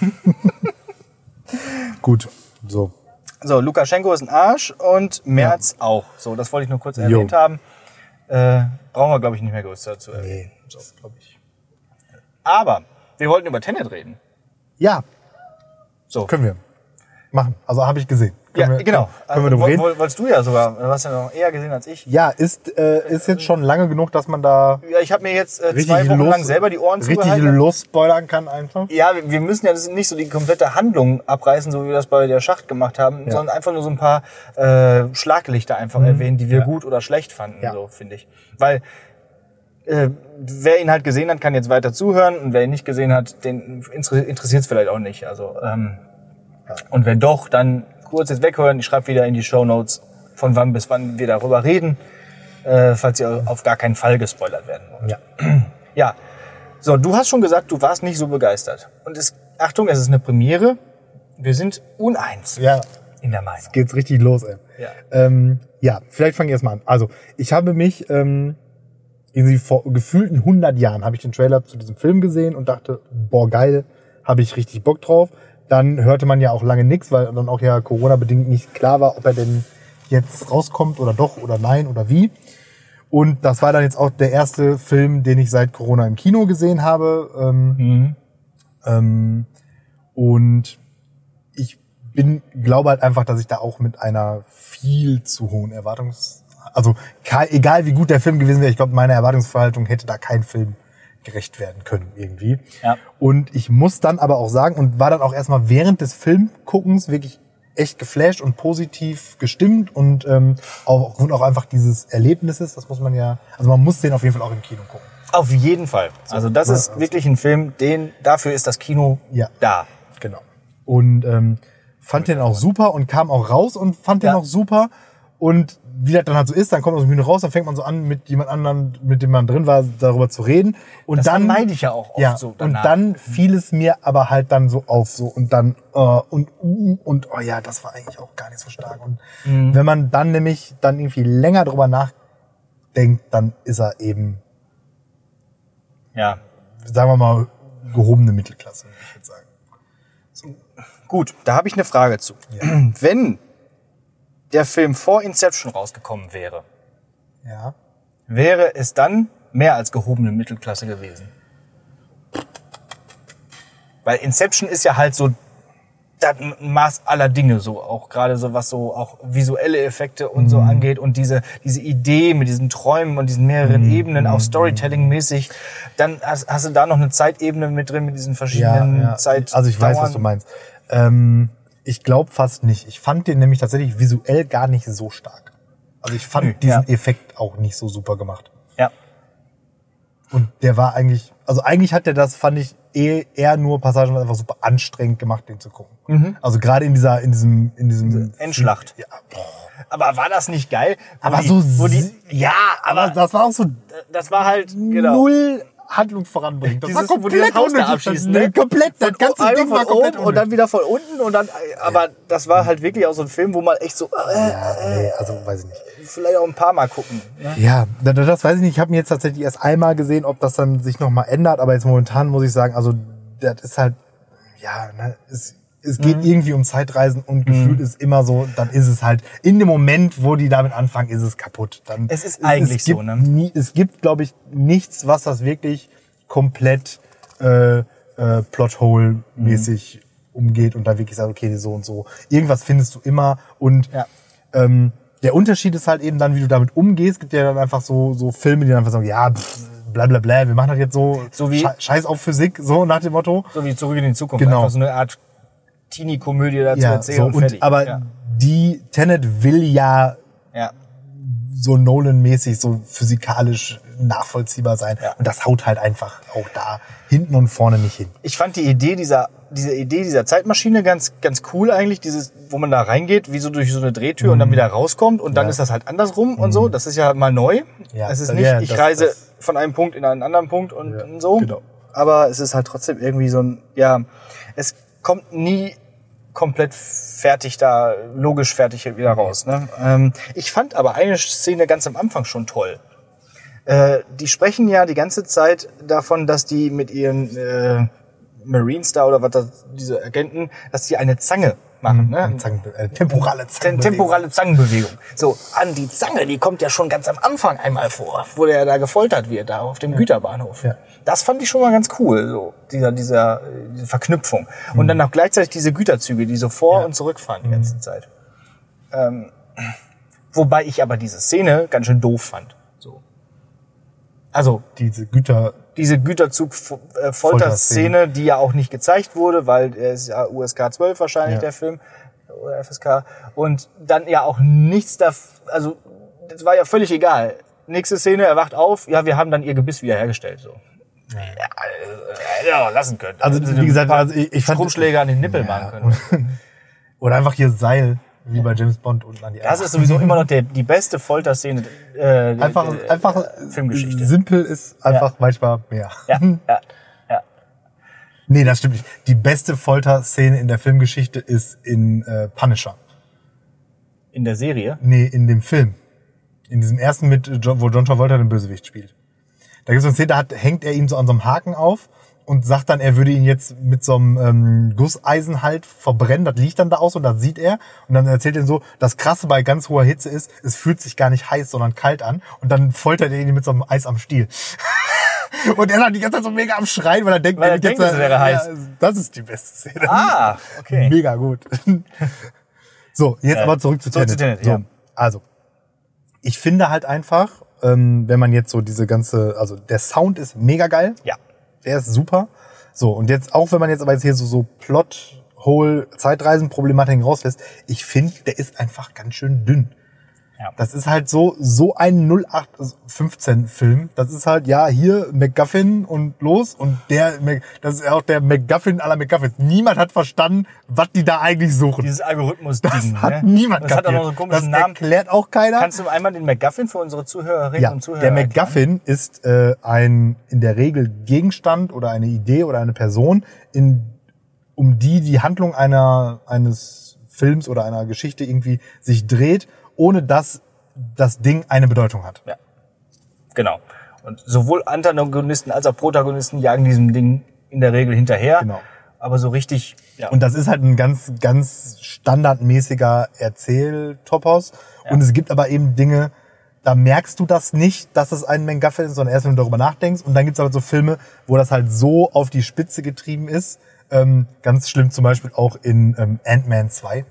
Gut, so. So, Lukaschenko ist ein Arsch und Merz ja. auch. So, das wollte ich nur kurz erwähnt haben. Äh, brauchen wir, glaube ich, nicht mehr größer zu erwähnen. Nee, das glaube ich. Aber wir wollten über Tenet reden. Ja, So. können wir machen. Also habe ich gesehen. Können Ja, wir, genau. Können wir darüber reden? Woll- Wolltest du ja sogar. Du hast ja noch eher gesehen als ich. Ja, ist, äh, ist jetzt schon lange genug, dass man da Ja, ich habe mir jetzt äh, richtig zwei Wochen los, lang selber die Ohren richtig zugehalten. losspoilern kann einfach. Ja, wir- wir müssen ja das nicht so die komplette Handlung abreißen, so wie wir das bei der Schacht gemacht haben, Ja. sondern einfach nur so ein paar äh, Schlaglichter einfach erwähnen, die wir Ja. gut oder schlecht fanden, Ja. so finde ich. Weil äh, wer ihn halt gesehen hat, kann jetzt weiter zuhören und wer ihn nicht gesehen hat, den interessiert es vielleicht auch nicht. Also ähm, und wenn doch, dann kurz jetzt weghören. Ich schreibe wieder in die Shownotes, von wann bis wann wir darüber reden, äh, falls ihr auf gar keinen Fall gespoilert werden wollt. Ja. Ja, so, du hast schon gesagt, du warst nicht so begeistert. Und es, Achtung, es ist eine Premiere. Wir sind uneins Ja, in der Meinung. geht's richtig los, ey. Ja. Ähm, ja, vielleicht fange ich erst mal an. Also, ich habe mich ähm, irgendwie vor gefühlten hundert Jahren habe ich den Trailer zu diesem Film gesehen und dachte, boah, geil, habe ich richtig Bock drauf. Dann hörte man ja auch lange nichts, weil dann auch ja Corona-bedingt nicht klar war, ob er denn jetzt rauskommt oder doch oder nein oder wie. Und das war dann jetzt auch der erste Film, den ich seit Corona im Kino gesehen habe. Ähm, Mhm. ähm, und ich bin, glaube halt einfach, dass ich da auch mit einer viel zu hohen Erwartungs... Also ke- egal wie gut der Film gewesen wäre, ich glaube, meine Erwartungsverhaltung hätte da kein Film gerecht werden können irgendwie. Ja. Und ich muss dann aber auch sagen, und war dann auch erstmal während des Filmguckens wirklich echt geflasht und positiv gestimmt und ähm, auch, aufgrund auch einfach dieses Erlebnisses, das muss man ja, also man muss den auf jeden Fall auch im Kino gucken. Auf jeden Fall. Also das Ja, ist also- wirklich ein Film, den dafür ist das Kino Ja. da. Genau. Und ähm, fand den auch super und kam auch raus und fand den Ja. auch super. Und wie das dann halt so ist, dann kommt man aus dem Kino raus, dann fängt man so an, mit jemand anderem, mit dem man drin war, darüber zu reden. Und Das dann vermeide ich ja auch oft ja, so und danach. dann fiel es mir aber halt dann so auf so und dann äh, und uh, und oh ja, das war eigentlich auch gar nicht so stark. Und Mhm. wenn man dann nämlich dann irgendwie länger drüber nachdenkt, dann ist er eben, Ja. sagen wir mal, gehobene Mittelklasse, würde ich jetzt sagen. Gut, da habe ich eine Frage zu. Wenn der Film vor Inception rausgekommen wäre, Ja. wäre es dann mehr als gehobene Mittelklasse gewesen? Weil Inception ist ja halt so das Maß aller Dinge, so auch gerade so was so auch visuelle Effekte und so angeht und diese diese Idee mit diesen Träumen und diesen mehreren Ebenen, auch Storytelling-mäßig. Dann hast, hast du da noch eine Zeitebene mit drin mit diesen verschiedenen Zeit. Also ich weiß, was du meinst. Ähm, ich glaube fast nicht. Ich fand den nämlich tatsächlich visuell gar nicht so stark. Also ich fand Nö, diesen ja. Effekt auch nicht so super gemacht. Ja. Und der war eigentlich, also eigentlich hat der das, fand ich, eh eher nur Passagen einfach super anstrengend gemacht, den zu gucken. Also gerade in dieser, in diesem, in diesem Endschlacht. Ja, boah. Aber war das nicht geil? Wo Aber die, so, wo die, si- ja, aber aber das war auch so das war halt genau. null Handlung voranbringt. Das Dieses, war wo die das Haus da unnötig. abschießen, Das- ne? Komplett, das Von ganze einmal Ding war von komplett oben und dann wieder von unten und dann, aber das war halt wirklich auch so ein Film, wo man echt so äh, Ja, nee, also weiß ich nicht. vielleicht auch ein paar Mal gucken. Ne? Ja, das, das weiß ich nicht. Ich habe mir jetzt tatsächlich erst einmal gesehen, ob das dann sich nochmal ändert. Aber jetzt momentan muss ich sagen, also das ist halt, ja, ne, ist es geht mhm. irgendwie um Zeitreisen und gefühlt mhm. ist immer so, dann ist es halt, in dem Moment, wo die damit anfangen, ist es kaputt. Dann, es ist eigentlich es gibt so, ne? Nie, es gibt, glaube ich, nichts, was das wirklich komplett äh, äh, Plothole-mäßig mhm. umgeht und dann wirklich sagt, okay, so und so. Irgendwas findest du immer und ja. ähm, der Unterschied ist halt eben dann, wie du damit umgehst. Es gibt ja dann einfach so, so Filme, die dann einfach sagen, ja, pff, bla bla bla, wir machen das jetzt so, so wie, Scheiß auf Physik, so nach dem Motto. So wie Zurück in die Zukunft. Genau. Einfach so eine Art Teenie-Komödie dazu ja, erzählen so, und und fertig. Aber ja. die Tenet will ja, ja. so Nolan-mäßig, so physikalisch nachvollziehbar sein. Ja. Und das haut halt einfach auch da hinten und vorne nicht hin. Ich fand die Idee dieser, diese Idee dieser Zeitmaschine ganz, ganz cool eigentlich. Dieses, wo man da reingeht, wie so durch so eine Drehtür mhm. und dann wieder rauskommt und dann ja. ist das halt andersrum mhm. und so. Das ist ja mal neu. Ja. Es ist nicht, ja, ich das, reise das, von einem Punkt in einen anderen Punkt und, ja, und so. Genau. Aber es ist halt trotzdem irgendwie so ein, ja, es kommt nie komplett fertig da, logisch fertig wieder raus. Ne? Ähm, ich fand aber eine Szene ganz am Anfang schon toll. Äh, die sprechen ja die ganze Zeit davon, dass die mit ihren äh, Marines da oder was das, diese Agenten, dass die eine Zange machen. Mhm, ne? Zangen, äh, temporale Zangenbewegung. Temporale Zangenbewegung. So, an die Zange, die kommt ja schon ganz am Anfang einmal vor, wo der da gefoltert wird, da auf dem ja. Güterbahnhof. Ja. Das fand ich schon mal ganz cool, so dieser, dieser diese Verknüpfung. Mhm. Und dann auch gleichzeitig diese Güterzüge, die so vor- ja. und zurückfahren die ganze mhm. Zeit. Ähm, wobei ich aber diese Szene ganz schön doof fand. So. Also diese Güter... Diese Güterzug-Folterszene, die ja auch nicht gezeigt wurde, weil er ist ja U S K zwölf wahrscheinlich, ja. der Film, oder F S K. Und dann ja auch nichts da, also das war ja völlig egal. Nächste Szene, er wacht auf, ja, wir haben dann ihr Gebiss wiederhergestellt. So. Ja, hätte er auch lassen können. Also, wie gesagt, also ich, ich fand... Stromschläger an den Nippel ja. machen können. Oder einfach hier Seil. Wie bei James Bond unten an die Eier. Das ist sowieso immer noch der, die beste Folterszene äh, einfach, der, einfach der Filmgeschichte. Simpel ist einfach ja. manchmal mehr. Ja, ja, ja. Nee, das stimmt nicht. Die beste Folterszene in der Filmgeschichte ist in äh, Punisher. In der Serie? Nee, in dem Film. In diesem ersten, mit John, wo John Travolta den Bösewicht spielt. Da gibt es eine Szene, da hat, hängt er ihn so an so einem Haken auf und sagt dann, er würde ihn jetzt mit so einem ähm, Gusseisen halt verbrennen. Das liegt dann da aus und das sieht er. Und dann erzählt er so, das Krasse bei ganz hoher Hitze ist, es fühlt sich gar nicht heiß, sondern kalt an. Und dann foltert er ihn mit so einem Eis am Stiel. Und er ist halt die ganze Zeit so mega am Schreien, weil er denkt, weil er denkt, jetzt, es wäre heiß. Ja, das ist die beste Szene. Ah, okay. Mega gut. So, jetzt äh, aber zurück zu Tenet. Zu Tenet so, ja. Also, ich finde halt einfach, ähm, wenn man jetzt so diese ganze, also der Sound ist mega geil. Ja. Der ist super. So, und jetzt, auch wenn man jetzt aber jetzt hier so, so Plot-Hole-Zeitreisen-Problematiken rauslässt, ich finde, der ist einfach ganz schön dünn. Ja. Das ist halt so, so ein null acht fünfzehn Film. Das ist halt, ja, hier MacGuffin und los. Und der, das ist auch der MacGuffin aller MacGuffins. Niemand hat verstanden, was die da eigentlich suchen. Dieses Algorithmus-Ding. Das ne? hat niemand das kapiert. Das hat auch noch so einen komischen das Namen. Das erklärt auch keiner. Kannst du einmal den MacGuffin für unsere Zuhörerinnen ja, und Zuhörer der MacGuffin erklären? Ist äh, ein, in der Regel Gegenstand oder eine Idee oder eine Person, in, um die die Handlung einer, eines Films oder einer Geschichte irgendwie sich dreht, ohne dass das Ding eine Bedeutung hat. Ja, genau. Und sowohl Antagonisten als auch Protagonisten jagen diesem Ding in der Regel hinterher. Genau. Aber so richtig... Ja. Und das ist halt ein ganz, ganz standardmäßiger Erzähltopos. Ja. Und es gibt aber eben Dinge, da merkst du das nicht, dass es ein MacGuffin ist, sondern erst, wenn du darüber nachdenkst. Und dann gibt es aber so Filme, wo das halt so auf die Spitze getrieben ist. Ähm, ganz schlimm zum Beispiel auch in ähm, Ant-Man zwei.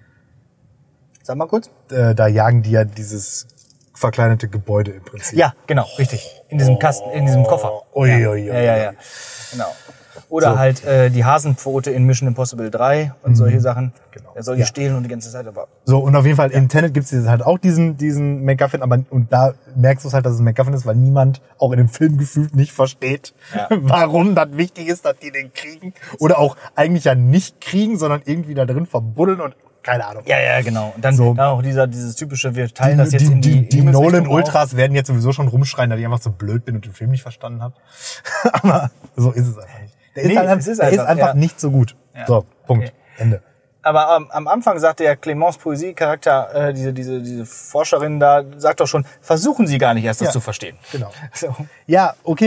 Sag mal kurz. Äh, da jagen die ja dieses verkleinerte Gebäude im Prinzip. Ja, genau, richtig. In diesem Kasten, in diesem Koffer. Ui, ja. Ui, ui, ja, ja, ja. Genau. Oder so. Halt äh, die Hasenpfote in Mission Impossible drei und mhm. solche Sachen. Genau. Er soll die ja. stehlen und die ganze Zeit aber... So, und auf jeden Fall ja. in Tenet gibt es halt auch diesen, diesen MacGuffin, aber und da merkst du halt, dass es ein MacGuffin ist, weil niemand, auch in dem Film gefühlt, nicht versteht, ja. warum das wichtig ist, dass die den kriegen. Oder auch eigentlich ja nicht kriegen, sondern irgendwie da drin verbuddeln und keine Ahnung. Ja, ja, genau. Und dann, so. dann auch dieser, dieses typische, wir teilen die, das jetzt die, in die... Die, die Nolan-Ultras werden jetzt sowieso schon rumschreien, dass ich einfach so blöd bin und den Film nicht verstanden habe. Aber so ist es einfach nicht. Der nee, ist, halt, ist, der einfach, ist einfach ja. nicht so gut. Ja. So, Punkt. Okay. Ende. Aber ähm, am Anfang sagte ja Clémence Poesie-Charakter, äh, diese, diese, diese Forscherin da, sagt doch schon, versuchen Sie gar nicht erst, das ja. zu verstehen. Genau. So. Ja, okay.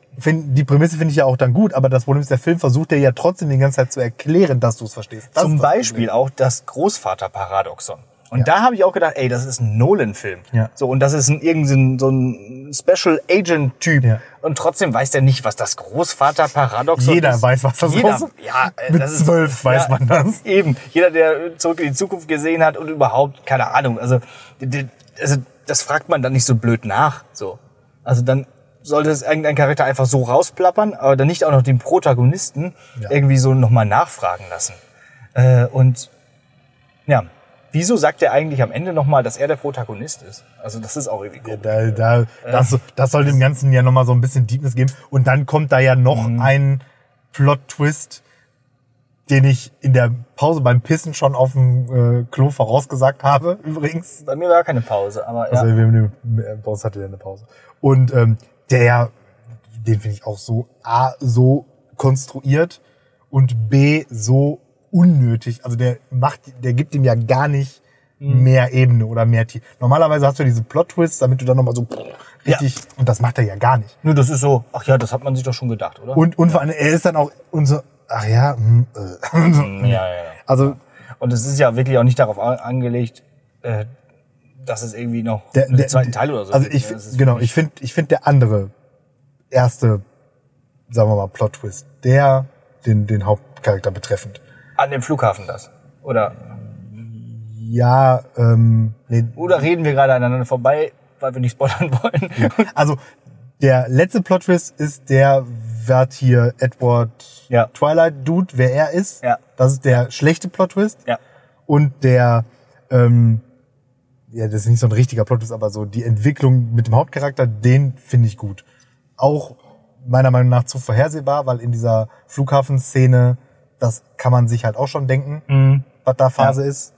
find, die Prämisse finde ich ja auch dann gut, aber das Problem ist, der Film versucht dir ja trotzdem die ganze Zeit zu erklären, dass du es verstehst. Das Zum ist das Beispiel Problem. auch das Großvaterparadoxon. Und Ja. da habe ich auch gedacht, ey, das ist ein Nolan-Film. Ja. So, und das ist ein, irgendein so ein Special Agent-Typ. Ja. Und trotzdem weiß der nicht, was das Großvaterparadoxon Jeder ist. weiß, was das Jeder, ist. Ja, äh, Mit das ist- zwölf weiß man das. Eben. Jeder, der Zurück in die Zukunft gesehen hat und überhaupt, keine Ahnung. Also, d- d- also das fragt man dann nicht so blöd nach. So. Also dann sollte es irgendein Charakter einfach so rausplappern, aber dann nicht auch noch den Protagonisten Ja. irgendwie so nochmal nachfragen lassen. Äh, und ja, wieso sagt er eigentlich am Ende nochmal, dass er der Protagonist ist? Also das ist auch irgendwie Ja, gut. da, da, das, das soll dem Ganzen ja nochmal so ein bisschen Deepness geben. Und dann kommt da ja noch Mhm. ein Plot-Twist, den ich in der Pause beim Pissen schon auf dem äh, Klo vorausgesagt habe, übrigens. Bei mir war keine Pause, aber ja. Also wir haben eine, bei uns hatte der eine Pause. Und ähm, der ja, den finde ich auch so A, so konstruiert und B, so unnötig. Also der macht, der gibt ihm ja gar nicht mehr Ebene oder mehr Tiefe. Normalerweise hast du diese Plot-Twists, damit du dann nochmal so richtig, und das macht er ja gar nicht. Nur das ist so, ach ja, das hat man sich doch schon gedacht, oder? Und, und vor allem, er ist dann auch unser, ach ja, hm, äh. ja, ja, ja. Also Und es ist ja wirklich auch nicht darauf a- angelegt, äh, dass es irgendwie noch der, einen der, zweiten Teil oder so Also gibt, ich, ne? Das ist genau, wirklich- ich finde, ich finde der andere erste, sagen wir mal, Plot-Twist, der den, den Hauptcharakter betreffend. An dem Flughafen das. Oder, Ja, ähm, nee, oder reden wir gerade aneinander vorbei, weil wir nicht spoilern wollen? also der letzte Plot-Twist ist der, wird hier Edward Ja. Twilight Dude, wer er ist. Ja. Das ist der schlechte Plot-Twist. Ja. Und der, ähm, ja, das ist nicht so ein richtiger Plot-Twist, aber so die Entwicklung mit dem Hauptcharakter, den finde ich gut. Auch meiner Meinung nach zu vorhersehbar, weil in dieser Flughafenszene, das kann man sich halt auch schon denken, Mhm. was da Phase ist.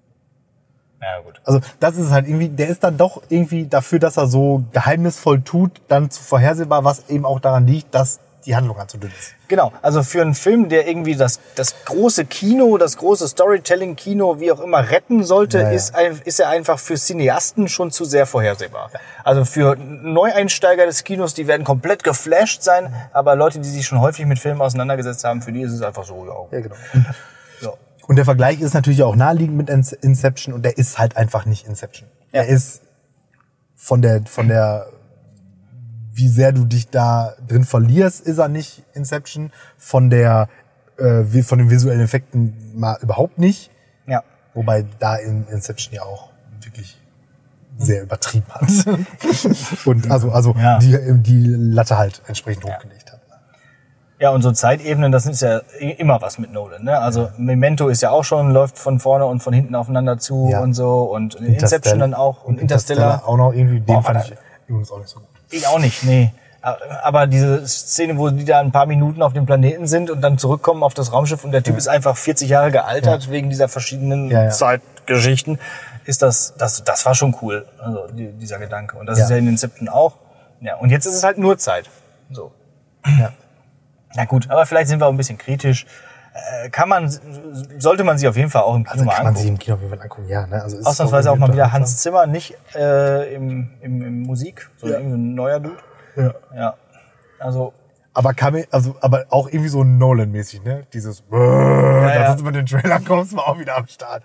Ja, gut. Also das ist halt irgendwie, der ist dann doch irgendwie dafür, dass er so geheimnisvoll tut, dann zu vorhersehbar, was eben auch daran liegt, dass die Handlung halt zu dünn ist. Genau, also für einen Film, der irgendwie das, das große Kino, das große Storytelling-Kino, wie auch immer, retten sollte, Ja, ja. Ist, ein, ist er einfach für Cineasten schon zu sehr vorhersehbar. Also für Neueinsteiger des Kinos, die werden komplett geflasht sein, aber Leute, die sich schon häufig mit Filmen auseinandergesetzt haben, für die ist es einfach so, ja. Ja, genau. ja. Und der Vergleich ist natürlich auch naheliegend mit Inception und der ist halt einfach nicht Inception. Ja. Er ist von der, von der, wie sehr du dich da drin verlierst, ist er nicht Inception. Von der, äh, wie- von den visuellen Effekten mal überhaupt nicht. ja. Wobei da in Inception ja auch wirklich sehr übertrieben hat. Und also, also Ja. die, die Latte halt entsprechend hochgelegt hat. Ja, und so Zeitebenen, das ist ja immer was mit Nolan, ne? Also Memento ist ja auch schon, läuft von vorne und von hinten aufeinander zu Ja. und so und Inception dann auch und Interstellar. auch noch irgendwie, den Boah, fand war ich übrigens auch nicht so gut. Ich auch nicht, nee. Aber diese Szene, wo die da ein paar Minuten auf dem Planeten sind und dann zurückkommen auf das Raumschiff und der Typ ist einfach vierzig Jahre gealtert wegen dieser verschiedenen Ja, ja. Zeitgeschichten, ist das, das, das war schon cool, also die, dieser Gedanke. Und das Ja. ist ja in Inception auch. Ja, und jetzt ist es halt nur Zeit. So. Ja. Na gut, aber vielleicht sind wir auch ein bisschen kritisch. Äh, Kann man, sollte man sich auf jeden Fall auch im Kino Also mal kann man sich angucken. im Kino auf jeden Fall angucken, ja. Ne? Also ist Ausnahmsweise auch irgendwie mal wieder unterhaltsam. Hans Zimmer, nicht äh, im, im, im Musik, sondern irgendwie ein neuer Dude. Ja. Ja, also Aber kann mir, also, aber auch irgendwie so Nolan-mäßig, ne? Dieses, ja, ja. dass du mit den Trailer kommst, war auch wieder am Start.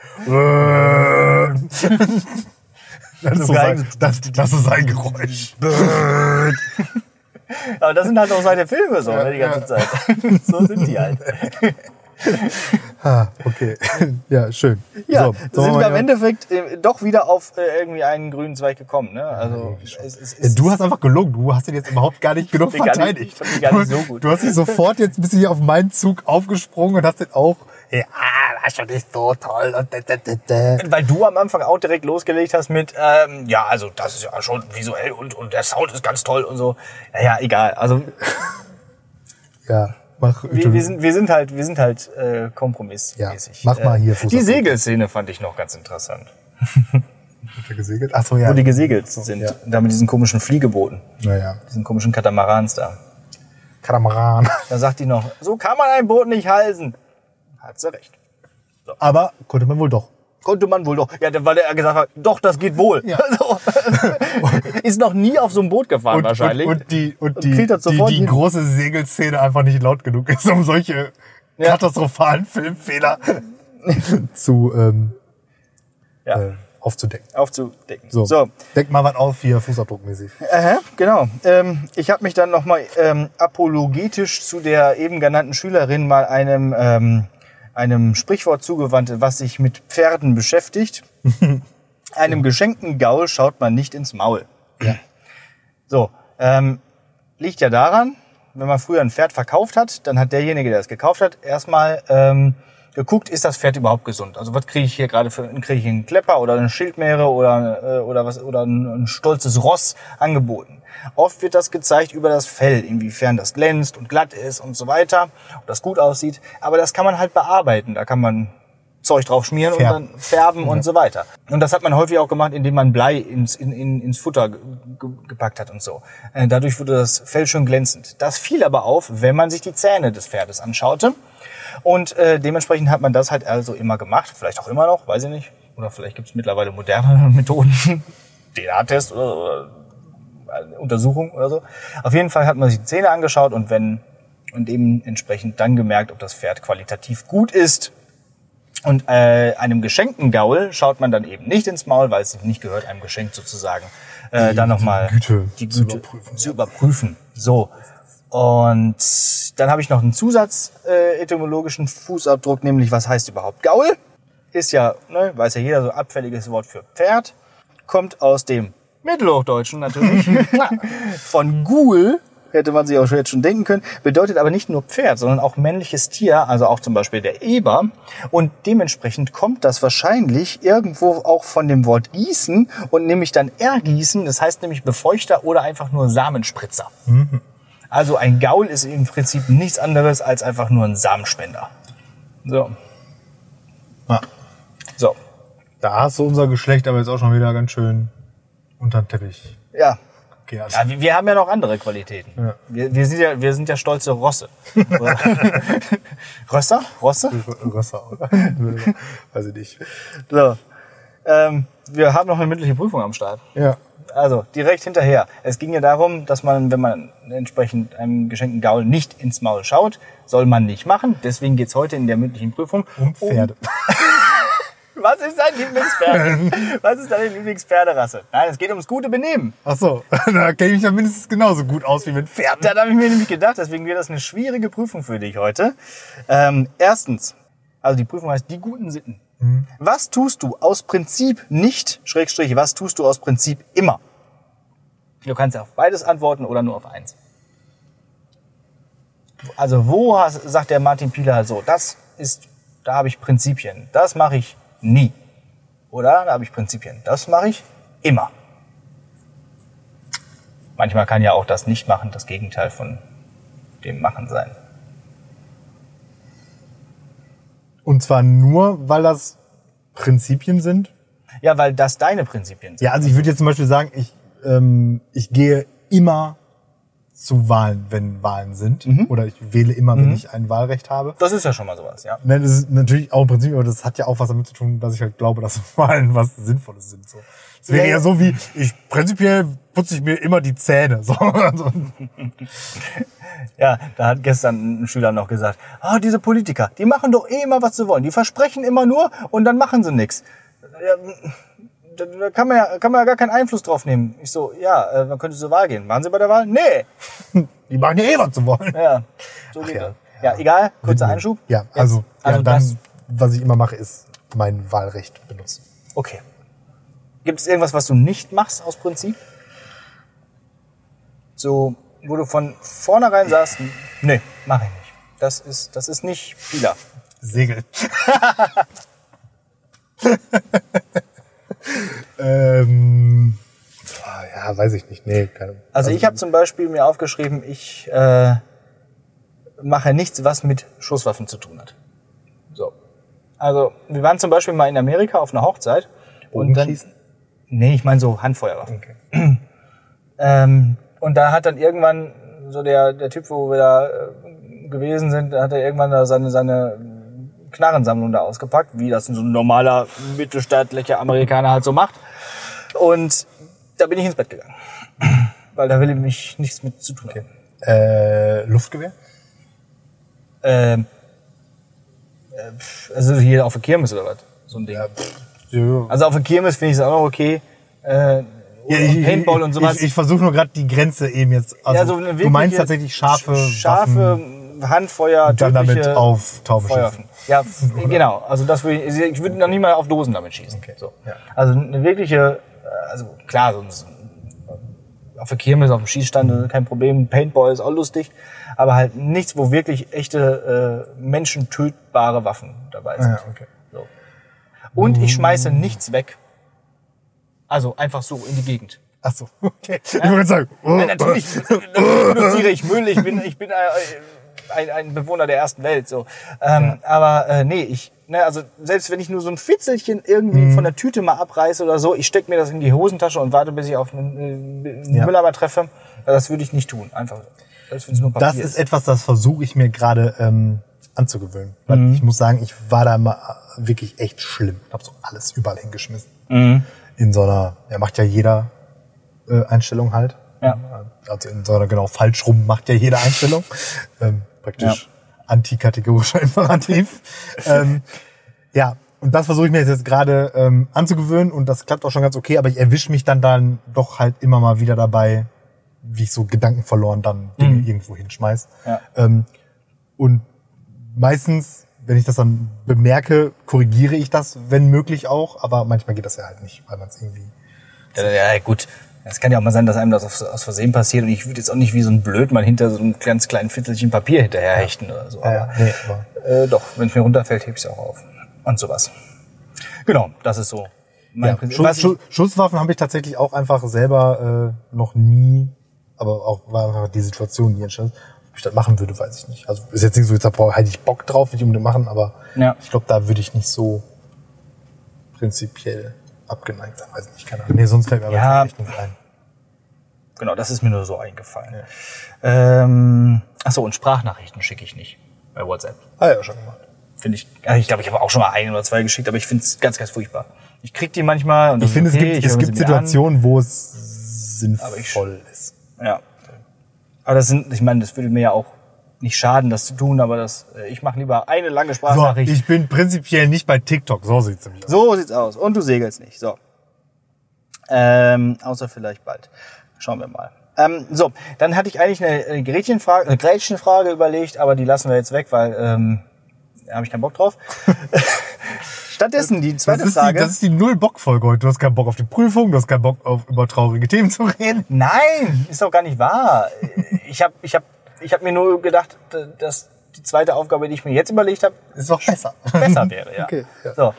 das, ist so geil. sein, das, das ist sein Geräusch. Aber das sind halt auch seine Filme so, ne, die ganze ja. Zeit. So sind die halt. Ah, okay. Ja, schön. Ja, so, sind sollen wir mal im hier- Endeffekt äh, doch wieder auf äh, irgendwie einen grünen Zweig gekommen. Ne? Also es, es, Ja, es, du hast einfach gelogen. Du hast den jetzt überhaupt gar nicht genug Ich fand den gar nicht- verteidigt. ich fand den gar nicht so gut. Du hast dich sofort jetzt ein bisschen hier auf meinen Zug aufgesprungen und hast den auch, ja, war schon nicht so toll. Und da, da, da, da. weil du am Anfang auch direkt losgelegt hast mit, ähm, ja, also das ist ja schon visuell und, und der Sound ist ganz toll und so. Naja, egal. Also Ja, mach. wir, wir, sind, wir sind halt, wir sind halt äh, kompromissmäßig. Ja, mach mal hier Äh, Fuß Die auf- Segelszene fand ich noch ganz interessant. Wird er gesegelt? Ach so, ja. Wo die gesegelt sind. ja. Da mit diesen komischen Fliegebooten. Naja. Diesen komischen Katamarans da. Katamaran. Da sagt die noch, so kann man ein Boot nicht halsen. Hat sie recht. Aber konnte man wohl doch. konnte man wohl doch. Ja, weil er gesagt hat, doch, das geht wohl. Ja. Also, ist noch nie auf so einem Boot gefahren Und, wahrscheinlich. und, und die, und Und die, kriegt das die, sofort die hin. große Segelszene einfach nicht laut genug ist, um solche Ja. katastrophalen Filmfehler zu ähm, Ja. äh, aufzudecken. Aufzudecken. So, so. deck mal was auf hier, fußabdruckmäßig. Aha, genau. Ähm, ich habe mich dann nochmal ähm, apologetisch zu der eben genannten Schülerin mal einem, ähm, einem Sprichwort zugewandt, was sich mit Pferden beschäftigt. Einem geschenkten Gaul schaut man nicht ins Maul. Ja. So, ähm, liegt ja daran, wenn man früher ein Pferd verkauft hat, dann hat derjenige, der es gekauft hat, erstmal ähm, geguckt, ist das Pferd überhaupt gesund? Also was kriege ich hier gerade für, kriege ich einen Klepper oder eine Schildmeere oder äh, oder was oder ein, ein stolzes Ross angeboten? Oft wird das gezeigt über das Fell, inwiefern das glänzt und glatt ist und so weiter, ob das gut aussieht. Aber das kann man halt bearbeiten. Da kann man Zeug drauf schmieren Färben. und dann färben und so weiter. Und das hat man häufig auch gemacht, indem man Blei ins, in, in, ins Futter ge ge gepackt hat und so. Äh, dadurch wurde das Fell schön glänzend. Das fiel aber auf, wenn man sich die Zähne des Pferdes anschaute. Und äh, dementsprechend hat man das halt also immer gemacht. Vielleicht auch immer noch, weiß ich nicht. Oder vielleicht gibt es mittlerweile moderne Methoden. D N A-Test oder, oder eine Untersuchung oder so. Auf jeden Fall hat man sich die Zähne angeschaut und wenn und dementsprechend dann gemerkt, ob das Pferd qualitativ gut ist. Und äh, einem geschenkten Gaul schaut man dann eben nicht ins Maul, weil es nicht gehört, einem Geschenk sozusagen, äh, Die- dann nochmal die Güte die zu Güte überprüfen. zu überprüfen. So. Und dann habe ich noch einen Zusatz äh, etymologischen Fußabdruck, nämlich was heißt überhaupt Gaul? Ist ja, ne, weiß ja jeder, so abfälliges Wort für Pferd. Kommt aus dem Mittelhochdeutschen natürlich. Von Gul, hätte man sich auch jetzt schon denken können, bedeutet aber nicht nur Pferd, sondern auch männliches Tier, also auch zum Beispiel der Eber. Und dementsprechend kommt das wahrscheinlich irgendwo auch von dem Wort gießen und nämlich dann ergießen, das heißt nämlich Befeuchter oder einfach nur Samenspritzer. Mhm. Also ein Gaul ist im Prinzip nichts anderes als einfach nur ein Samenspender. So. Ja. So. Da hast du unser Geschlecht aber jetzt auch schon wieder ganz schön unter den Teppich Ja. gekehrt. Ja, wir, wir haben ja noch andere Qualitäten. Ja. Wir, wir, sind ja, wir sind ja stolze Rosse. Oder? Rösser? Rosse? Rösser, oder? Weiß ich nicht. So. Ähm, wir haben noch eine mündliche Prüfung am Start. Ja. Also direkt hinterher. Es ging ja darum, dass man, wenn man entsprechend einem geschenkten Gaul nicht ins Maul schaut, soll man nicht machen. Deswegen geht's heute in der mündlichen Prüfung Um Pferde. Was ist dein Lieblingspferd? Was ist deine Lieblingspferderasse? Nein, es geht ums gute Benehmen. Ach so, da kenne ich mich ja mindestens genauso gut aus wie mit Pferden. Da habe ich mir nämlich gedacht, deswegen wird das eine schwierige Prüfung für dich heute. Ähm, erstens, also die Prüfung heißt die guten Sitten. Mhm. Was tust du aus Prinzip nicht, Schrägstrich, was tust du aus Prinzip immer? Du kannst auf beides antworten oder nur auf eins. Also wo hast, sagt der Martin Pieler so, das ist, da habe ich Prinzipien, das mache ich nie. Oder da habe ich Prinzipien, das mache ich immer. Manchmal kann ja auch das Nicht-Machen das Gegenteil von dem Machen sein. Und zwar nur, weil das Prinzipien sind? Ja, weil das deine Prinzipien sind. Ja, also ich würde jetzt zum Beispiel sagen, ich, ähm, ich gehe immer zu Wahlen, wenn Wahlen sind. Mhm. Oder ich wähle immer, wenn ich ein Wahlrecht habe. Das ist ja schon mal sowas, ja. Nein, das ist natürlich auch ein Prinzip, aber das hat ja auch was damit zu tun, dass ich halt glaube, dass Wahlen was Sinnvolles sind. So. Es wäre Ja, ja. eher so wie, ich prinzipiell putze ich mir immer die Zähne. So. Also, Ja, da hat gestern ein Schüler noch gesagt, ah, diese Politiker, die machen doch eh immer, was sie wollen. Die versprechen immer nur und dann machen sie nichts. Ja, da da kann man, ja, kann man ja gar keinen Einfluss drauf nehmen. Ich so, ja, äh, man könnte zur Wahl gehen. Waren Sie bei der Wahl? Nee. die machen ja eh, was sie wollen. Ja, so geht ja. das. Ja, egal, kurzer Einschub. Ja, also, Jetzt, also ja, dann, das, was ich immer mache, ist mein Wahlrecht benutzen. okay. Gibt es irgendwas, was du nicht machst aus Prinzip? So, wo du von vornherein sagst, nee, mache ich nicht. Das ist, das ist nicht Pieler. Segeln. ähm, ja, weiß ich nicht. Nee, keine, Also ich habe zum Beispiel mir aufgeschrieben, ich äh, mache nichts, was mit Schusswaffen zu tun hat. So. Also wir waren zum Beispiel mal in Amerika auf einer Hochzeit. Und dann, Bogenschießen? nee, ich meine so Handfeuerwaffen. Okay. Ähm, und da hat dann irgendwann so der, der Typ, wo wir da äh, gewesen sind, da hat er irgendwann da seine, seine Knarrensammlung da ausgepackt, wie das so ein normaler mittelstaatlicher Amerikaner halt so macht. Und da bin ich ins Bett gegangen. Weil da will ich mich nichts mit zu tun haben. Okay. Äh, Luftgewehr? Ähm, äh, also hier auf der Kirmes oder was? So ein Ding. Ja, pff, ja. Also auf der Kirmes finde ich es auch noch okay. Äh, Ja, ich, Paintball und sowas. Ich, ich versuche nur gerade die Grenze eben jetzt. Also, ja, so eine du meinst tatsächlich scharfe, scharfe Waffen Handfeuer, und dann damit tödliche auf Tauben Feuerwaffen. Ja, f- genau. Also das würde ich, ich würde noch nicht mal auf Dosen damit schießen. Okay. So. Ja. Also eine wirkliche, also klar, so ein, auf der Kirmes, auf dem Schießstand kein Problem. Paintball ist auch lustig, aber halt nichts, wo wirklich echte äh, menschentötbare Waffen dabei sind. Ja, okay. So. Und ich schmeiße nichts weg. Also einfach so in die Gegend. Ach so, okay. Ich würde sagen, oh, Ja, natürlich, natürlich produziere ich Müll. Ich bin, ich bin ein, ein Bewohner der ersten Welt. So, ähm, ja. Aber äh, nee, ich, ne, also selbst wenn ich nur so ein Fitzelchen irgendwie mhm. von der Tüte mal abreiße oder so, ich stecke mir das in die Hosentasche und warte, bis ich auf einen, einen ja. Mülleimer treffe. Das würde ich nicht tun, einfach. Selbst wenn es nur Papier das ist etwas, das versuche ich mir gerade ähm, anzugewöhnen. Weil mhm. ich muss sagen, ich war da mal wirklich echt schlimm. Ich habe so alles überall hingeschmissen. Mhm. In so einer, ja, macht ja jeder äh, Einstellung halt. Ja. Also in so einer, genau, falsch rum macht ja jede Einstellung. ähm, praktisch ja. antikategorischer Imperativ. ähm, ja, und das versuche ich mir jetzt gerade ähm, anzugewöhnen und das klappt auch schon ganz okay, aber ich erwische mich dann dann doch halt immer mal wieder dabei, wie ich so Gedanken verloren dann Dinge mhm. irgendwo hinschmeiß. Ja. Ähm, und meistens, wenn ich das dann bemerke, korrigiere ich das, wenn möglich auch, aber manchmal geht das ja halt nicht, weil man es irgendwie... Ja, ja, gut. Es kann ja auch mal sein, dass einem das aus Versehen passiert und ich würde jetzt auch nicht wie so ein Blödmann hinter so einem ganz kleinen Fitzelchen Papier hinterher hechten ja. oder so. Aber, ja, nee, aber äh, doch, wenn es mir runterfällt, heb ich es auch auf. Und sowas. Genau, das ist so mein ja, Prinzip. Schuss, Schuss, Schusswaffen habe ich tatsächlich auch einfach selber äh, noch nie, aber auch war einfach die Situation, die entstand. Ob ich das machen würde, weiß ich nicht. Also ist jetzt nicht so, jetzt da hätte ich Bock drauf, nicht unbedingt machen, aber ja. ich glaube, da würde ich nicht so prinzipiell abgeneigt sein, weiß ich nicht, keine Ahnung. Nee, sonst fällt mir ja. aber echt nicht ein. Genau, das ist mir nur so eingefallen. Ja. Ähm, achso, und Sprachnachrichten schicke ich nicht bei WhatsApp. Ah ja, schon gemacht. Finde ich, also ich glaube, ich habe auch schon mal ein oder zwei geschickt, aber ich finde es ganz, ganz furchtbar. Ich krieg die manchmal und ich finde, okay, es gibt, es gibt Situationen, wo es sinnvoll ich, ist. Ja. Aber das sind, ich meine, das würde mir ja auch nicht schaden, das zu tun, aber das, ich mache lieber eine lange Sprachnachricht. So, ich bin prinzipiell nicht bei TikTok, so sieht's nämlich aus. So sieht's aus. Und du segelst nicht, so. Ähm, außer vielleicht bald. Schauen wir mal. Ähm, so, dann hatte ich eigentlich eine, eine Gretchenfrage, eine Gretchenfrage überlegt, aber die lassen wir jetzt weg, weil ähm, da habe ich keinen Bock drauf. Stattdessen die zweite das ist Frage. Die, das ist die Null-Bock-Folge heute. Du hast keinen Bock auf die Prüfung, du hast keinen Bock auf über traurige Themen zu reden. Nein, ist doch gar nicht wahr. Ich habe ich hab, ich hab mir nur gedacht, dass die zweite Aufgabe, die ich mir jetzt überlegt habe, ist doch besser. Besser wäre, ja. Okay, ja. So.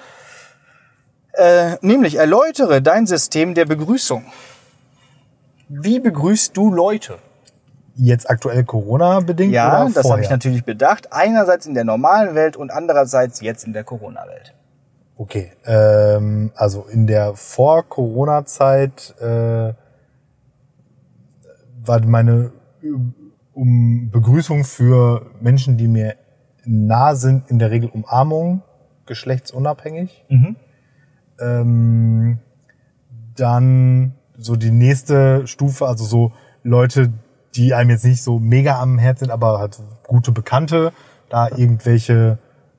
Äh, nämlich erläutere dein System der Begrüßung. Wie begrüßt du Leute? Jetzt aktuell Corona-bedingt ja, oder vorher? Ja, das habe ich natürlich bedacht. Einerseits in der normalen Welt und andererseits jetzt in der Corona-Welt. Okay, ähm, also in der Vor-Corona-Zeit äh, war meine um Begrüßung für Menschen, die mir nah sind, in der Regel Umarmung, geschlechtsunabhängig. Mhm. Ähm, dann so die nächste Stufe, also so Leute, die einem jetzt nicht so mega am Herz sind, aber halt gute Bekannte, da irgendwelche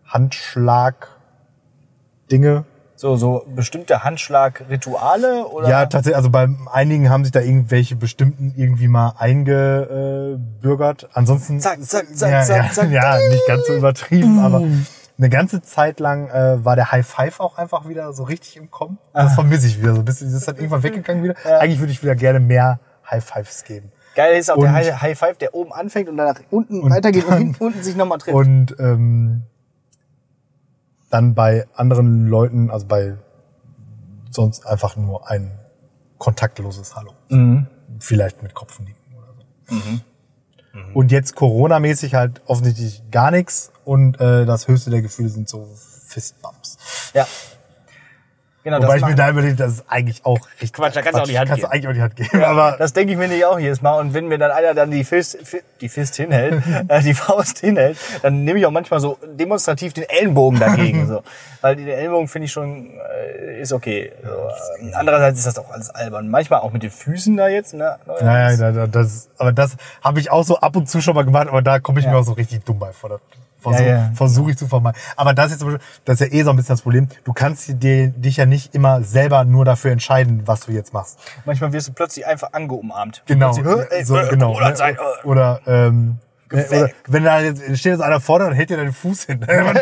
Handschlag-Dinge. So, so bestimmte Handschlag-Rituale oder? Ja, tatsächlich, also bei einigen haben sich da irgendwelche bestimmten irgendwie mal eingebürgert. Ansonsten. Zack, zack, zack, ja, zack, ja, zack. Ja, nicht ganz so übertrieben, aber eine ganze Zeit lang äh, war der High Five auch einfach wieder so richtig im Kommen. Das vermisse ich wieder so ein bisschen. Das ist dann irgendwann weggegangen wieder. Ja. Eigentlich würde ich wieder gerne mehr High Fives geben. Geil ist auch und, der High Five, der oben anfängt und dann nach unten und weitergeht dann, und hinten unten sich nochmal trifft. Und ähm, dann bei anderen Leuten, also bei sonst einfach nur ein kontaktloses Hallo. Mhm. Vielleicht mit Kopfnicken oder so. Mhm. Mhm. Und jetzt Corona-mäßig halt offensichtlich gar nichts und äh, das höchste der Gefühle sind so Fistbumps. Ja. Genau, Wobei das ich mir machen- da überlege, das ist eigentlich auch richtig Quatsch, da kannst du auch die Hand kannst geben. du eigentlich auch die Hand geben. Aber Das denke ich mir nicht auch jedes Mal. Und wenn mir dann einer dann die Fist, Fi- die Fist hinhält, äh, die Faust hinhält, dann nehme ich auch manchmal so demonstrativ den Ellenbogen dagegen. So. Weil den Ellenbogen finde ich schon, äh, ist okay. So. Ähm, Andererseits ist das auch alles albern. Manchmal auch mit den Füßen da jetzt. Ne? naja, da- da- das, aber das habe ich auch so ab und zu schon mal gemacht, aber da komme ich Ja. mir auch so richtig dumm bei vor. Das Versuche Ja, ja. versuch ich zu vermeiden. Aber das ist, zum Beispiel, das ist ja eh so ein bisschen das Problem. Du kannst dir, dich ja nicht immer selber nur dafür entscheiden, was du jetzt machst. Manchmal wirst du plötzlich einfach angeumarmt. Genau, Plötzlich, äh, so, äh, genau. Oder, ne? Zeit, äh. oder, ähm, ne, Gefällt. oder wenn da jetzt steht jetzt einer vorne und hält dir deinen Fuß hin. man,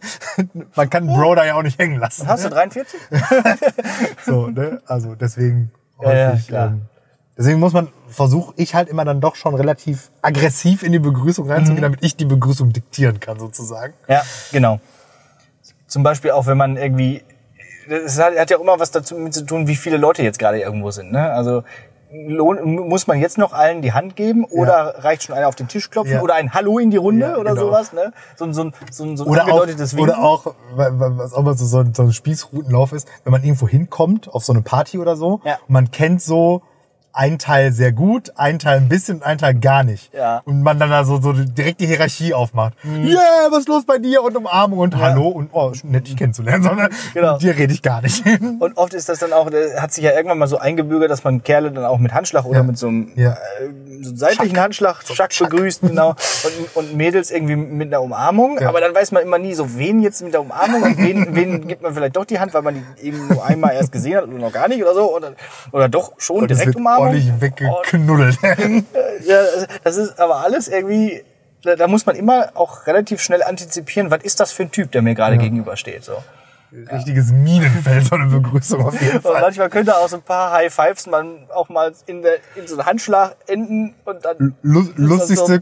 man kann einen Bro da ja auch nicht hängen lassen. Hast du dreiundvierzig? So, ne? Also deswegen Ja, ja, häufig. klar. ähm, deswegen muss man, versuche ich halt immer dann doch schon relativ aggressiv in die Begrüßung reinzugehen, Mhm. damit ich die Begrüßung diktieren kann, sozusagen. Ja, genau. Zum Beispiel auch, wenn man irgendwie, das hat, hat ja auch immer was dazu mit zu tun, wie viele Leute jetzt gerade irgendwo sind. Ne? Also lohn, muss man jetzt noch allen die Hand geben oder reicht schon einer auf den Tisch klopfen Ja. oder ein Hallo in die Runde Ja, oder genau. sowas. Ne? So, ein- so, ein- so, ein- so ein Oder auch, angedeutetes Winken. oder auch, wa- wa- was auch mal so, so ein so ein Spießrutenlauf ist, wenn man irgendwo hinkommt, auf so eine Party oder so, Ja. und man kennt so ein Teil sehr gut, ein Teil ein bisschen und ein Teil gar nicht. Ja. Und man dann da so, so direkt die Hierarchie aufmacht. Yeah, was ist los bei dir? Und Umarmung und Hallo und oh, nett dich kennenzulernen, sondern Genau. mit dir rede ich gar nicht. Und oft ist das dann auch, äh, hat sich ja irgendwann mal so eingebürgert, dass man Kerle dann auch mit Handschlag oder Ja. mit so einem, Ja. äh, so einem seitlichen Handschlag, Schack begrüßt, genau. Und, und Mädels irgendwie mit einer Umarmung. Ja. Aber dann weiß man immer nie so, wen jetzt mit der Umarmung und wen, wen gibt man vielleicht doch die Hand, weil man die eben nur einmal erst gesehen hat oder noch gar nicht oder so. Oder, oder doch schon Und es direkt wird Umarmung. ordentlich weggeknuddelt. Ja, das ist aber alles irgendwie, da, da muss man immer auch relativ schnell antizipieren, was ist das für ein Typ, der mir gerade gegenübersteht. So. Richtiges Minenfeld, so eine Begrüßung auf jeden Und Fall. manchmal könnte auch so ein paar High Fives man auch mal in, der, in so einen Handschlag enden und dann. Lu- das lustigste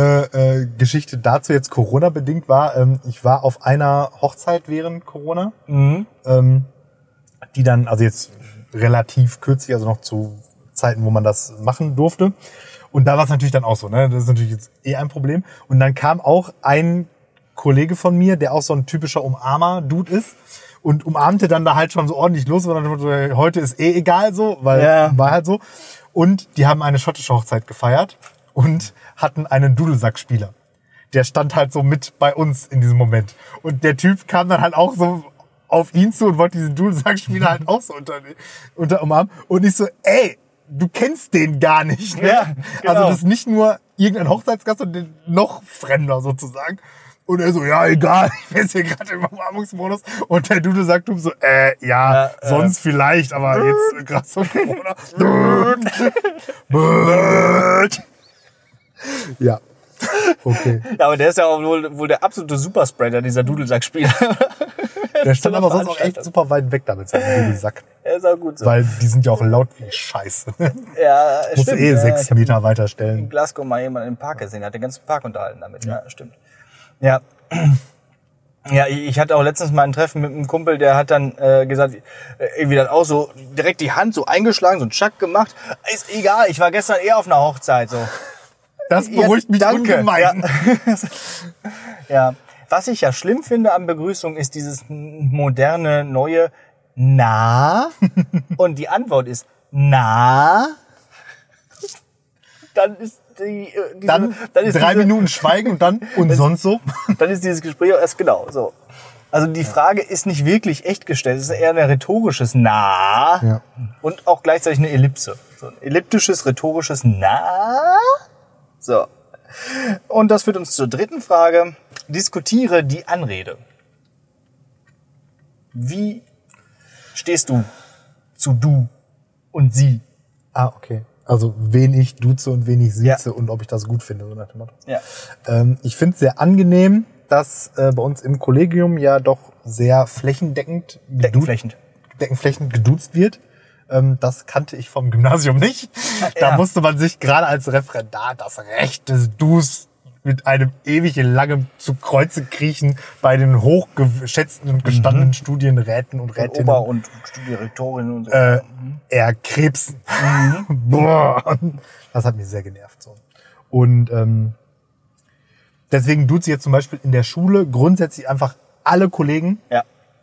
äh, äh, Geschichte dazu jetzt Corona-bedingt war, ähm, ich war auf einer Hochzeit während Corona, Mhm. ähm, die dann, also jetzt relativ kürzlich, also noch zu Zeiten, wo man das machen durfte. Und da war es natürlich dann auch so, ne? Das ist natürlich jetzt eh ein Problem. Und dann kam auch ein Kollege von mir, der auch so ein typischer Umarmer-Dude ist und umarmte dann da halt schon so ordentlich los und dann so, heute ist eh egal so, weil Ja. war halt so. Und die haben eine schottische Hochzeit gefeiert und hatten einen Dudelsackspieler. Der stand halt so mit bei uns in diesem Moment. Und der Typ kam dann halt auch so auf ihn zu und wollte diesen Dudelsackspieler halt auch so unter, unter umarmen. Und ich so, ey, du kennst den gar nicht. Ne? Ja, genau. Also das ist nicht nur irgendein Hochzeitsgast, sondern noch fremder sozusagen. Und er so, ja, egal, ich bin jetzt hier gerade im Umarmungsmodus. Und der Dude sagt ihm so, äh, ja, Ja, äh. sonst vielleicht, aber jetzt gerade so Corona. Ja, okay. Ja, aber der ist ja auch wohl, wohl der absolute Superspreader, dieser Dudelsackspieler. Der stand einer aber sonst auch echt Veranstaltung. super weit weg damit, seinem Dudelsack. Er ist auch gut so. Weil die sind ja auch laut wie Scheiße. ja, Muss stimmt. eh ja, sechs ich hab Meter weiter in stellen. Glasgow mal jemanden im Park gesehen, der hat den ganzen Park unterhalten damit. Ja, stimmt. Ja. Ja, ich ich hatte auch letztens mal ein Treffen mit einem Kumpel, der hat dann äh, gesagt, äh, irgendwie dann auch so direkt die Hand so eingeschlagen, so einen Schack gemacht. Ist egal, ich war gestern eher auf einer Hochzeit. So. Das beruhigt Ja, mich danke. ungemein. Ja. Ja. Was ich ja schlimm finde an Begrüßung ist dieses moderne, neue Na. Und die Antwort ist Na. Dann ist die, äh, diese, Dann, dann ist drei diese, Minuten Schweigen und dann und sonst so. Dann ist dieses Gespräch auch erst genau so. Also die Frage ist nicht wirklich echt gestellt, es ist eher ein rhetorisches Na Ja. und auch gleichzeitig eine Ellipse. So ein elliptisches, rhetorisches Na. So. Und das führt uns zur dritten Frage. Diskutiere die Anrede. Wie stehst du zu du und sie? Ah, okay. Also wen ich duze und wen ich sieze Ja. und ob ich das gut finde. So nach dem Motto. Ja. Ähm, ich finde es sehr angenehm, dass äh, bei uns im Kollegium ja doch sehr flächendeckend gedu- Deckenflächend. deckenflächend geduzt wird. Ähm, das kannte ich vom Gymnasium nicht. Da Ja. musste man sich gerade als Referendar das Recht des Dus mit einem ewig langen zu Kreuze kriechen bei den hochgeschätzten und gestandenen Studienräten und Und Rätinnen Ober- und Direktorin und so. äh, erkrebsen. Boah. Das hat mich sehr genervt. So. Und ähm, deswegen duze ich jetzt zum Beispiel in der Schule grundsätzlich einfach alle Kollegen Ja.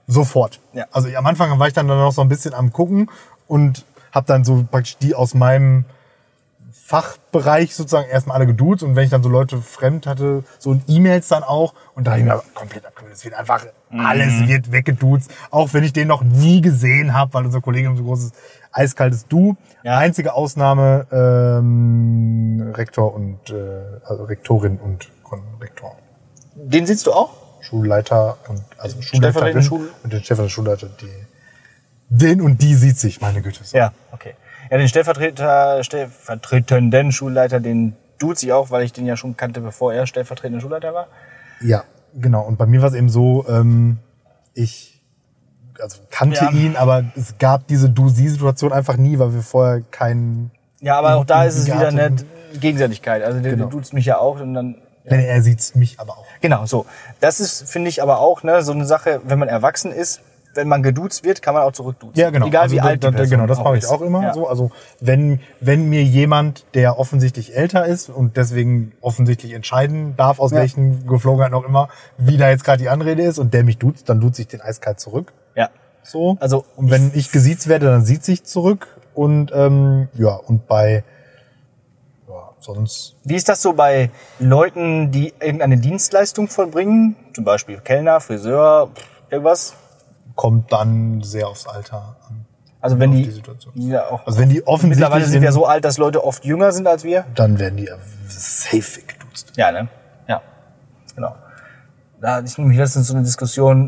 Sofort. Ja. Also am Anfang war ich dann noch so ein bisschen am Gucken und habe dann so praktisch die aus meinem Fachbereich sozusagen erstmal alle geduzt. Und wenn ich dann so Leute fremd hatte, so in E-Mails dann auch. Und da habe ich mir komplett abgewöhnt. Es wird einfach, mhm. alles wird weggeduzt. Auch wenn ich den noch nie gesehen habe, weil unser Kollege so großes, eiskaltes Du. Ja. Einzige Ausnahme, ähm, Rektor und, äh, also Rektorin und Konrektor. Den sitzt du auch? Schulleiter und, also Schulleiterin Schul- und den stellvertretenden Schulleiter, die, den und die sieht sich, meine Güte. So. Ja, okay. Ja, den Stellvertreter, stellvertretenden Schulleiter, den duze ich auch, weil ich den ja schon kannte, bevor er stellvertretender Schulleiter war. Ja, genau. Und bei mir war es eben so, ähm, ich also kannte Ja. ihn, aber es gab diese Du-Sie-Situation einfach nie, weil wir vorher keinen... Ja, aber auch da ist es wieder gehabt eine Gegenseitigkeit. Also der, Genau. der duzt mich ja auch und dann... Wenn er sieht mich aber auch. Genau, so. Das ist, finde ich, aber auch ne, so eine Sache, wenn man erwachsen ist, wenn man geduzt wird, kann man auch zurückduzen. Ja, genau. Egal also wie da, alt die da, Person Genau, das mache ich ist. auch immer Ja. so. Also wenn, wenn mir jemand, der offensichtlich älter ist und deswegen offensichtlich entscheiden darf, aus Ja. welchen Geflogenheiten auch immer, wie da jetzt gerade die Anrede ist und der mich duzt, dann duzt ich den eiskalt zurück. Ja. So. Also und wenn ich gesiezt werde, dann sieht sich zurück. Und ähm, ja, und bei ja, sonst. Wie ist das so bei Leuten, die irgendeine Dienstleistung vollbringen? Zum Beispiel Kellner, Friseur, irgendwas? Kommt dann sehr aufs Alter an. Also wenn auf die, die Situation. die ja auch Also wenn die offensichtlich mittlerweile sind wir in- so alt, dass Leute oft jünger sind als wir. dann werden die safe weggeduzt. Ja, ne? Ja. Genau. Da hatte ich nämlich letztens so eine Diskussion,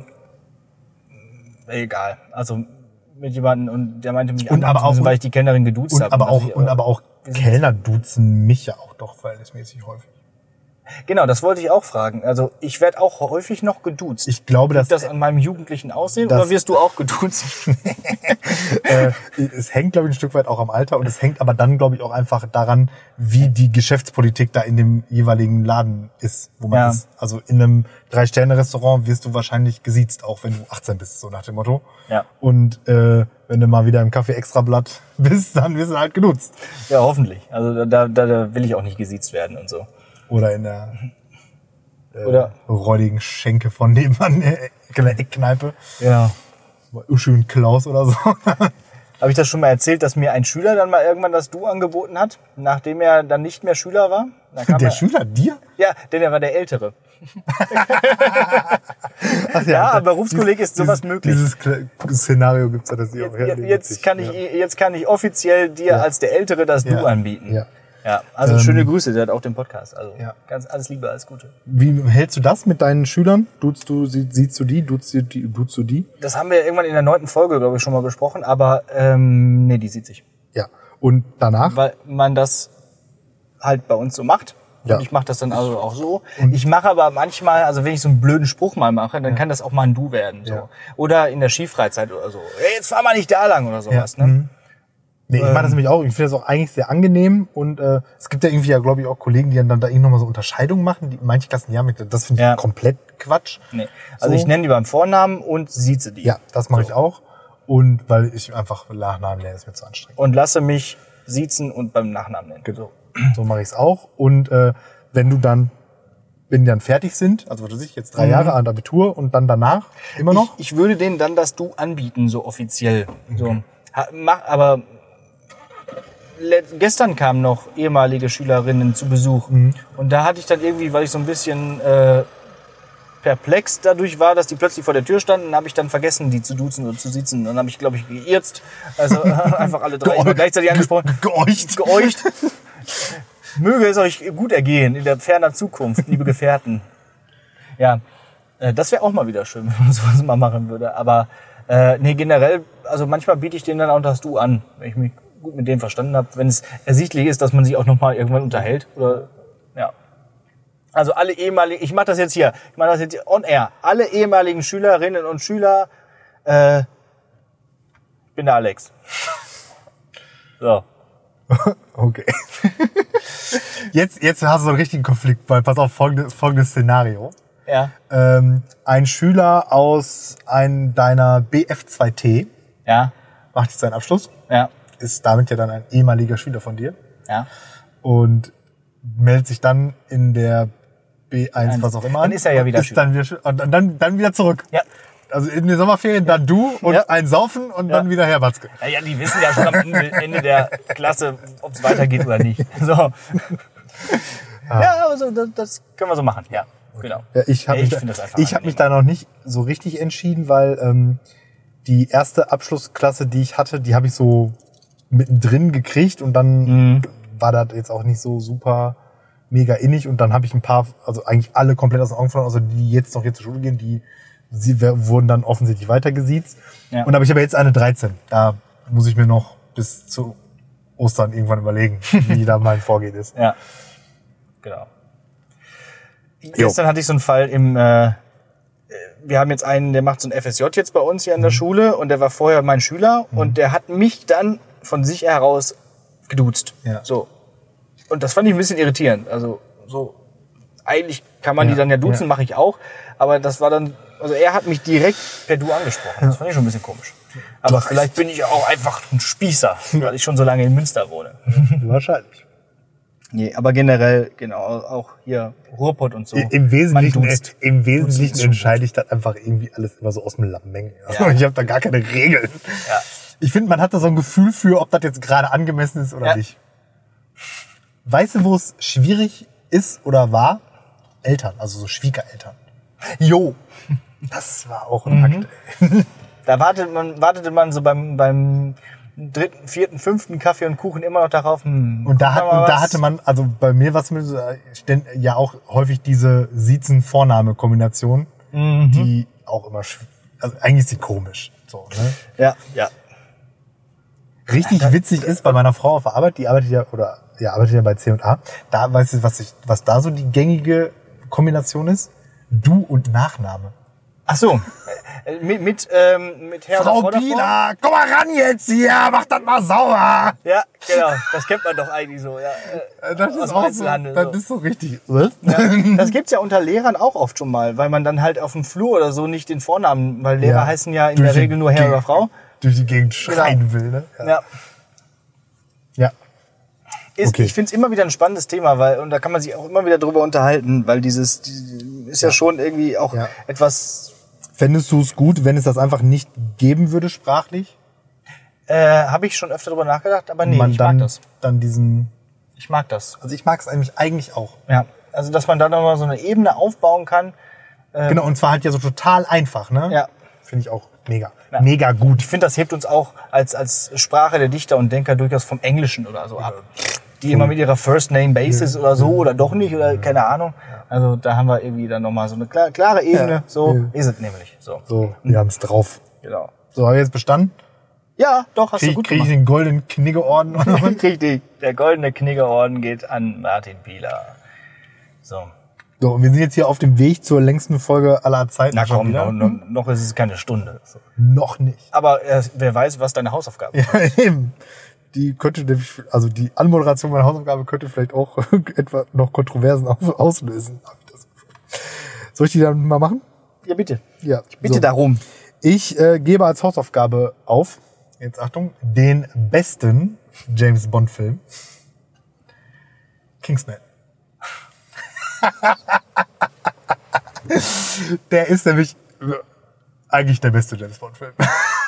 egal. Also mit jemandem und der meinte mich Und aber anzuduzen, auch- weil ich die Kellnerin geduzt Und habe. aber auch, dass ich, und aber auch Kellner duzen mich ja auch doch verhältnismäßig häufig. Genau, das wollte ich auch fragen. Also ich werde auch häufig noch geduzt. Ich glaube, dass Liegt das an meinem jugendlichen Aussehen das- oder wirst du auch geduzt? äh, es hängt, glaube ich, ein Stück weit auch am Alter und es hängt aber dann, glaube ich, auch einfach daran, wie die Geschäftspolitik da in dem jeweiligen Laden ist, wo man Ja. ist. Also in einem Drei-Sterne-Restaurant wirst du wahrscheinlich gesiezt, auch wenn du achtzehn bist, so nach dem Motto. Ja. Und äh, wenn du mal wieder im Café Extrablatt bist, dann wirst du halt geduzt. Ja, hoffentlich. Also da, da, da will ich auch nicht gesiezt werden und so. Oder in der äh, Oder- räudigen Schenke von nebenan, äh, in der Eckkneipe. Ja. Uschi und Klaus oder so. Habe ich das schon mal erzählt, dass mir ein Schüler dann mal irgendwann das Du angeboten hat, nachdem er dann nicht mehr Schüler war? Da kam Der er, Schüler dir? Ja, denn er war der Ältere. Ach Ja, da- am Berufskolleg ist sowas dieses, möglich. Dieses Kle- Szenario gibt's ja, das ich auch Jetzt, herlege. jetzt, kann ich, jetzt kann ich offiziell dir Ja. als der Ältere das Ja. Du anbieten. Ja. Ja, also Ähm, schöne Grüße, der hat auch den Podcast. Also Ja. ganz alles Liebe, alles Gute. Wie hältst du das mit deinen Schülern? Duzt du, sie, siehst du die? Duzt du die? Duzt du die? Das haben wir irgendwann in der neunten Folge, glaube ich, schon mal besprochen, aber ähm, nee, die sieht sich. Ja. Und danach? Weil man das halt bei uns so macht. Und Ja. ich mache das dann also auch so. Ich mache aber manchmal, also wenn ich so einen blöden Spruch mal mache, dann kann das auch mal ein Du werden. So. Ja. Oder in der Skifreizeit oder so. Hey, jetzt fahr mal nicht da lang oder sowas. Ja. Ne? Mhm. Nee, ich mache das nämlich auch. Ich finde das auch eigentlich sehr angenehm. Und äh, es gibt ja irgendwie ja, glaube ich, auch Kollegen, die dann da irgendwie nochmal so Unterscheidungen machen. Die manche Klassen, ja, mit- das finde ich Ja. komplett Quatsch. Nee. Also So. ich nenne die beim Vornamen und sieze die. Ja, das mache So. ich auch. Und weil ich einfach Nachnamen lerne, ist mir zu anstrengend. Und lasse mich siezen und beim Nachnamen nennen. So. So mache ich es auch. Und äh, wenn du dann, wenn die dann fertig sind, also was weiß ich, jetzt drei Mhm. Jahre an Abitur und dann danach immer noch? Ich, ich würde denen dann das Du anbieten, so offiziell. So. Ha, mach, aber le- gestern kamen noch ehemalige Schülerinnen zu Besuch. Mhm. Und da hatte ich dann irgendwie, weil ich so ein bisschen äh, perplex dadurch war, dass die plötzlich vor der Tür standen, habe ich dann vergessen, die zu duzen oder zu siezen. Dann habe ich, glaube ich, geirrt. Also einfach alle drei immer gleichzeitig angesprochen. Geäucht. Geäucht. Möge es euch gut ergehen in der ferner Zukunft, liebe Gefährten. Ja, äh, das wäre auch mal wieder schön, wenn man sowas mal machen würde. Aber äh, nee, generell, also manchmal biete ich denen dann auch das Du an, wenn ich mich gut mit denen verstanden habe, wenn es ersichtlich ist, dass man sich auch noch mal irgendwann unterhält. Oder ja. Also alle ehemaligen, ich mache das jetzt hier, ich mache das jetzt hier on air. Alle ehemaligen Schülerinnen und Schüler, äh, ich bin der Alex. So. Okay. Jetzt, jetzt hast du so einen richtigen Konflikt, weil pass auf, folgendes, folgendes Szenario. Ja. Ähm, ein Schüler aus ein, deiner B F zwei T Ja. macht jetzt seinen Abschluss, Ja. ist damit ja dann ein ehemaliger Schüler von dir Ja. und meldet sich dann in der B eins, was auch immer Dann an ist er ja und wieder ist Schüler. dann wieder Schü- und dann, dann wieder zurück. Ja. Also in den Sommerferien dann du und Ja. ein Saufen und Ja. dann wieder Herr Watzke. Ja, ja, die wissen ja schon am Ende, Ende der Klasse, ob es weitergeht oder nicht. So. Ja, also das, das können wir so machen. Ja, genau. Ja, ich habe Ja, ich mich, finde das da, einfach ich hab mich angenehm. da noch nicht so richtig entschieden, weil ähm, die erste Abschlussklasse, die ich hatte, die habe ich so mittendrin gekriegt und dann Mhm. war das jetzt auch nicht so super mega innig und dann habe ich ein paar, also eigentlich alle komplett aus den Augen verloren, also die jetzt noch hier zur Schule gehen, die sie wer- wurden dann offensichtlich weitergesiezt. Ja. Und aber ich habe jetzt eine dreizehn. Da muss ich mir noch bis zu Ostern irgendwann überlegen, wie da mein Vorgehen ist. Ja, genau. Gestern hatte ich so einen Fall im, äh, wir haben jetzt einen, der macht so ein F S J jetzt bei uns hier an der Schule und der war vorher mein Schüler und der hat mich dann von sich heraus geduzt. Ja. So. Und das fand ich ein bisschen irritierend. Also so, eigentlich kann man Ja, die dann ja duzen, ja. mache ich auch, aber das war dann, also er hat mich direkt per Du angesprochen. Das fand ich schon ein bisschen komisch. Aber vielleicht bin ich auch einfach ein Spießer, weil ich schon so lange in Münster wohne. Wahrscheinlich. Nee, aber generell, genau, auch hier Ruhrpott und so. Im Wesentlichen, Man duzt. im Wesentlichen Duzen ist schon entscheide ich das einfach irgendwie alles immer so aus dem Lameng. Also Ja. ich habe da gar keine Regeln. Ja. Ich finde, man hat da so ein Gefühl für, ob das jetzt gerade angemessen ist oder Ja. nicht. Weißt du, wo es schwierig ist oder war? Eltern, also so Schwiegereltern. Jo. Das war auch ein Akt. Da wartet man, wartete man so beim, beim dritten, vierten, fünften Kaffee und Kuchen immer noch darauf. Hm, Und da, gucken hat, wir mal und da was. hatte man, also bei mir war es mit so, äh, ständ- ja auch häufig diese Siezen-Vorname-Kombination, Mhm. die auch immer, schw- also eigentlich ist sie komisch. So, ne? Ja, ja. Richtig witzig ist bei meiner Frau auf der Arbeit, die arbeitet ja, oder ja, arbeitet ja bei C und A. Da weißt du, was, ich, was da so die gängige Kombination ist? Du und Nachname. Ach so. Äh, Mit, mit, ähm, mit Herr Frau oder Frau davor? Pila, komm mal ran jetzt hier, mach das mal sauber. Ja, genau. Das kennt man doch eigentlich so. Ja. Äh, Das aus ist dem auch so, Einzelhandel, das so. ist so richtig. Was? Ja, das gibt's ja unter Lehrern auch oft schon mal, weil man dann halt auf dem Flur oder so nicht den Vornamen, weil Lehrer Ja. heißen ja in Durch der die Regel nur Herr Gegend- oder Frau. Durch die Gegend schreien will, ne? Ja. Ja. Ist, Okay. Ich finde es immer wieder ein spannendes Thema, weil, und da kann man sich auch immer wieder drüber unterhalten, weil dieses, die, ist ja, schon irgendwie auch Ja. etwas, Fändest du es gut, wenn es das einfach nicht geben würde, sprachlich? äh, habe ich schon öfter drüber nachgedacht, aber nee, Man ich dann, mag das. dann diesen. Ich mag das. Also ich mag es eigentlich, eigentlich auch. Ja. Also, dass man da nochmal so eine Ebene aufbauen kann. Ähm, Genau, und zwar halt ja so total einfach, ne? Ja. Finde ich auch mega. Ja. Mega gut. Ich finde, das hebt uns auch als, als Sprache der Dichter und Denker durchaus vom Englischen oder so ab. Die immer mit ihrer First Name Basis oder so oder doch nicht oder keine Ahnung. Also da haben wir irgendwie dann nochmal so eine klar, klare Ebene. Ja. So Ja. ist es nämlich. So. So, wir haben es drauf. Genau. So, habe ich jetzt bestanden? Ja, doch, hast du Krieg, gut krieg ich gemacht. den goldenen Kniggeorden oder was? Richtig. Der goldene Kniggeorden geht an Martin Bieler. So. So, und wir sind jetzt hier auf dem Weg zur längsten Folge aller Zeiten. Na schon komm, wieder. noch, noch, noch ist es keine Stunde. So. Noch nicht. Aber äh, wer weiß, was deine Hausaufgabe ist. Ja, eben. Die könnte nämlich, also die Anmoderation meiner Hausaufgabe könnte vielleicht auch etwa noch Kontroversen aus- auslösen. Hab ich das Gefühl. Soll ich die dann mal machen? Ja, bitte. Ja. Bitte so. darum. Ich äh, gebe als Hausaufgabe auf, jetzt Achtung, den besten James Bond Film. Kingsman. Der ist nämlich eigentlich der beste James Bond Film.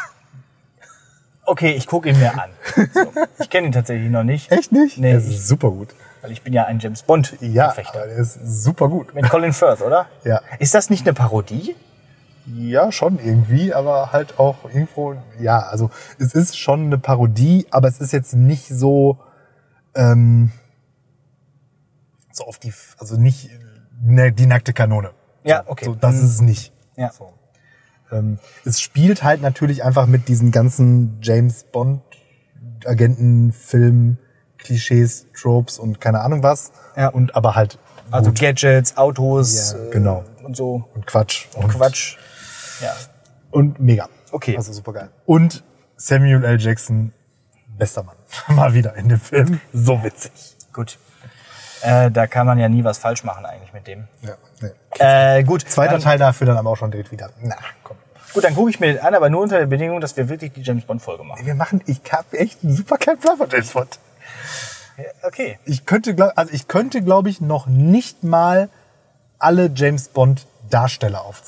Okay, ich gucke ihn mir an. So. Ich kenne ihn tatsächlich noch nicht. Echt nicht? Nee, Der ist ich- super gut. Weil ich bin ja ein James Bond Ja, Verfechter. aber der ist super gut. Mit Colin Firth, oder? Ja. Ist das nicht eine Parodie? Ja, schon irgendwie, aber halt auch irgendwo, ja, also es ist schon eine Parodie, aber es ist jetzt nicht so, ähm, so auf die, also nicht ne, die nackte Kanone. Ja, okay. So, das Mhm. ist es nicht. Ja. So. Ähm, es spielt halt natürlich einfach mit diesen ganzen James Bond Agenten, Film, Klischees, Tropes und keine Ahnung was. Ja. Und aber halt Also gut Gadgets, Autos Ja, äh, genau. und so. und Quatsch. Und Quatsch. Ja. Und mega. Okay. Also super geil. Und Samuel L. Jackson, bester Mann. Mal wieder in dem Film. So witzig. Gut. Äh, da kann man ja nie was falsch machen eigentlich mit dem. Ja, nee. Äh, gut. Zweiter dann, Teil dafür dann aber auch schon direkt wieder. Na, komm. Gut, dann gucke ich mir den an, aber nur unter der Bedingung, dass wir wirklich die James Bond Folge machen. Wir machen, ich hab echt einen super keinen Plan von James Bond. Okay. Ich könnte, glaub, also ich könnte, glaube ich, noch nicht mal alle James Bond Darsteller aufzählen.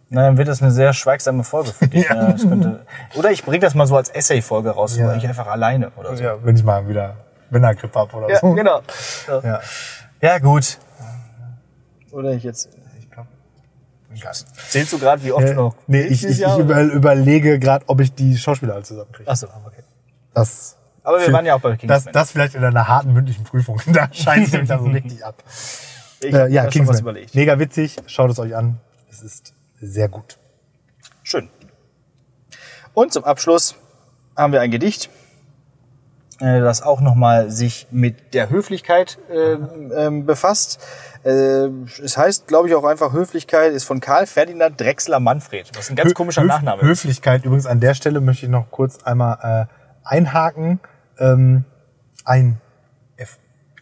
Na, dann wird das eine sehr schweigsame Folge für dich. Ja. Ja, das könnte, oder ich bringe das mal so als Essay-Folge raus, Ja. weil ich einfach alleine oder so. Ja, wenn ich mal wieder Männergrippe habe oder Ja, so. genau. Ja. Ja. Ja, gut. Oder ich jetzt. Ich glaub, Zählst du gerade, wie oft äh, du noch. nee, ich, dieses ich, Jahr, ich oder? über, überlege gerade, ob ich die Schauspieler alle zusammenkriege. Achso, okay. Das, Aber wir für- waren ja auch bei Kingsman. das, das vielleicht in einer harten mündlichen Prüfung. Da scheiße ich mich da so richtig ab. Ich Äh, hab ja, mir schon was Kingsman. überlegt. Mega witzig. Schaut es euch an. Es ist sehr gut. Schön. Und zum Abschluss haben wir ein Gedicht, äh, das auch nochmal sich mit der Höflichkeit äh, ähm, befasst. Äh, es heißt, glaube ich, auch einfach Höflichkeit, ist von Karl Ferdinand Drechsler Manfred, was ein ganz Hö- komischer Höf- Nachname ist. Höflichkeit. Übrigens an der Stelle möchte ich noch kurz einmal äh, einhaken. Ähm, ein F.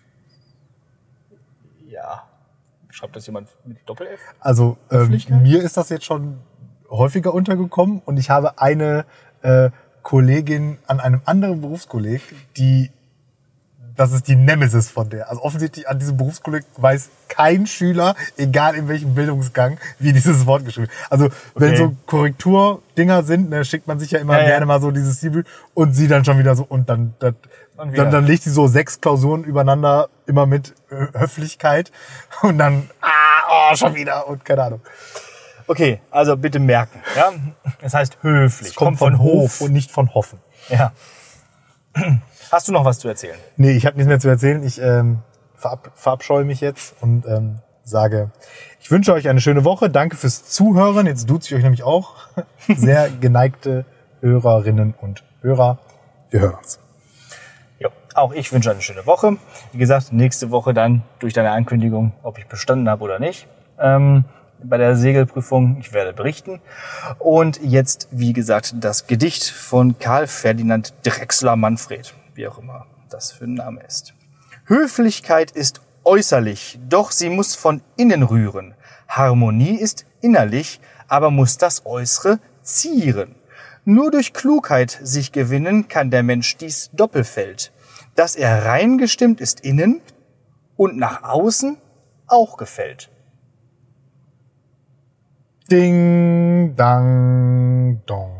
Ja. Schreibt das jemand mit Doppel-F? Also ähm, Höflichkeit? mir ist das jetzt schon häufiger untergekommen und ich habe eine äh, Kollegin an einem anderen Berufskolleg, die, das ist die Nemesis von der. Also offensichtlich an diesem Berufskolleg weiß kein Schüler, egal in welchem Bildungsgang, wie dieses Wort geschrieben wird. Also wenn Okay. so Korrekturdinger sind, ne, schickt man sich ja immer Ja, ja. gerne mal so dieses Stilbild und sie dann schon wieder so und dann, das, Und wieder. dann, dann legt sie so sechs Klausuren übereinander, immer mit äh, Höflichkeit und dann, ah, oh, schon wieder und keine Ahnung. Okay, also bitte merken. Ja? Es heißt höflich. Es kommt von Hof und nicht von Hoffen. Ja. Hast du noch was zu erzählen? Nee, ich habe nichts mehr zu erzählen. Ich ähm, verab verabscheue mich jetzt und ähm, sage, ich wünsche euch eine schöne Woche. Danke fürs Zuhören. Jetzt duze ich euch nämlich auch. Sehr geneigte Hörerinnen und Hörer. Wir hören uns. Ja, auch ich wünsche eine schöne Woche. Wie gesagt, nächste Woche dann durch deine Ankündigung, ob ich bestanden habe oder nicht. Ähm, bei der Segelprüfung, ich werde berichten. Und jetzt, wie gesagt, das Gedicht von Karl Ferdinand Drechsler Manfred, wie auch immer das für ein Name ist. Höflichkeit ist äußerlich, doch sie muss von innen rühren. Harmonie ist innerlich, aber muss das Äußere zieren. Nur durch Klugheit sich gewinnen kann der Mensch dies Doppelfeld, dass er rein gestimmt ist innen und nach außen auch gefällt. Ding, dang, dong.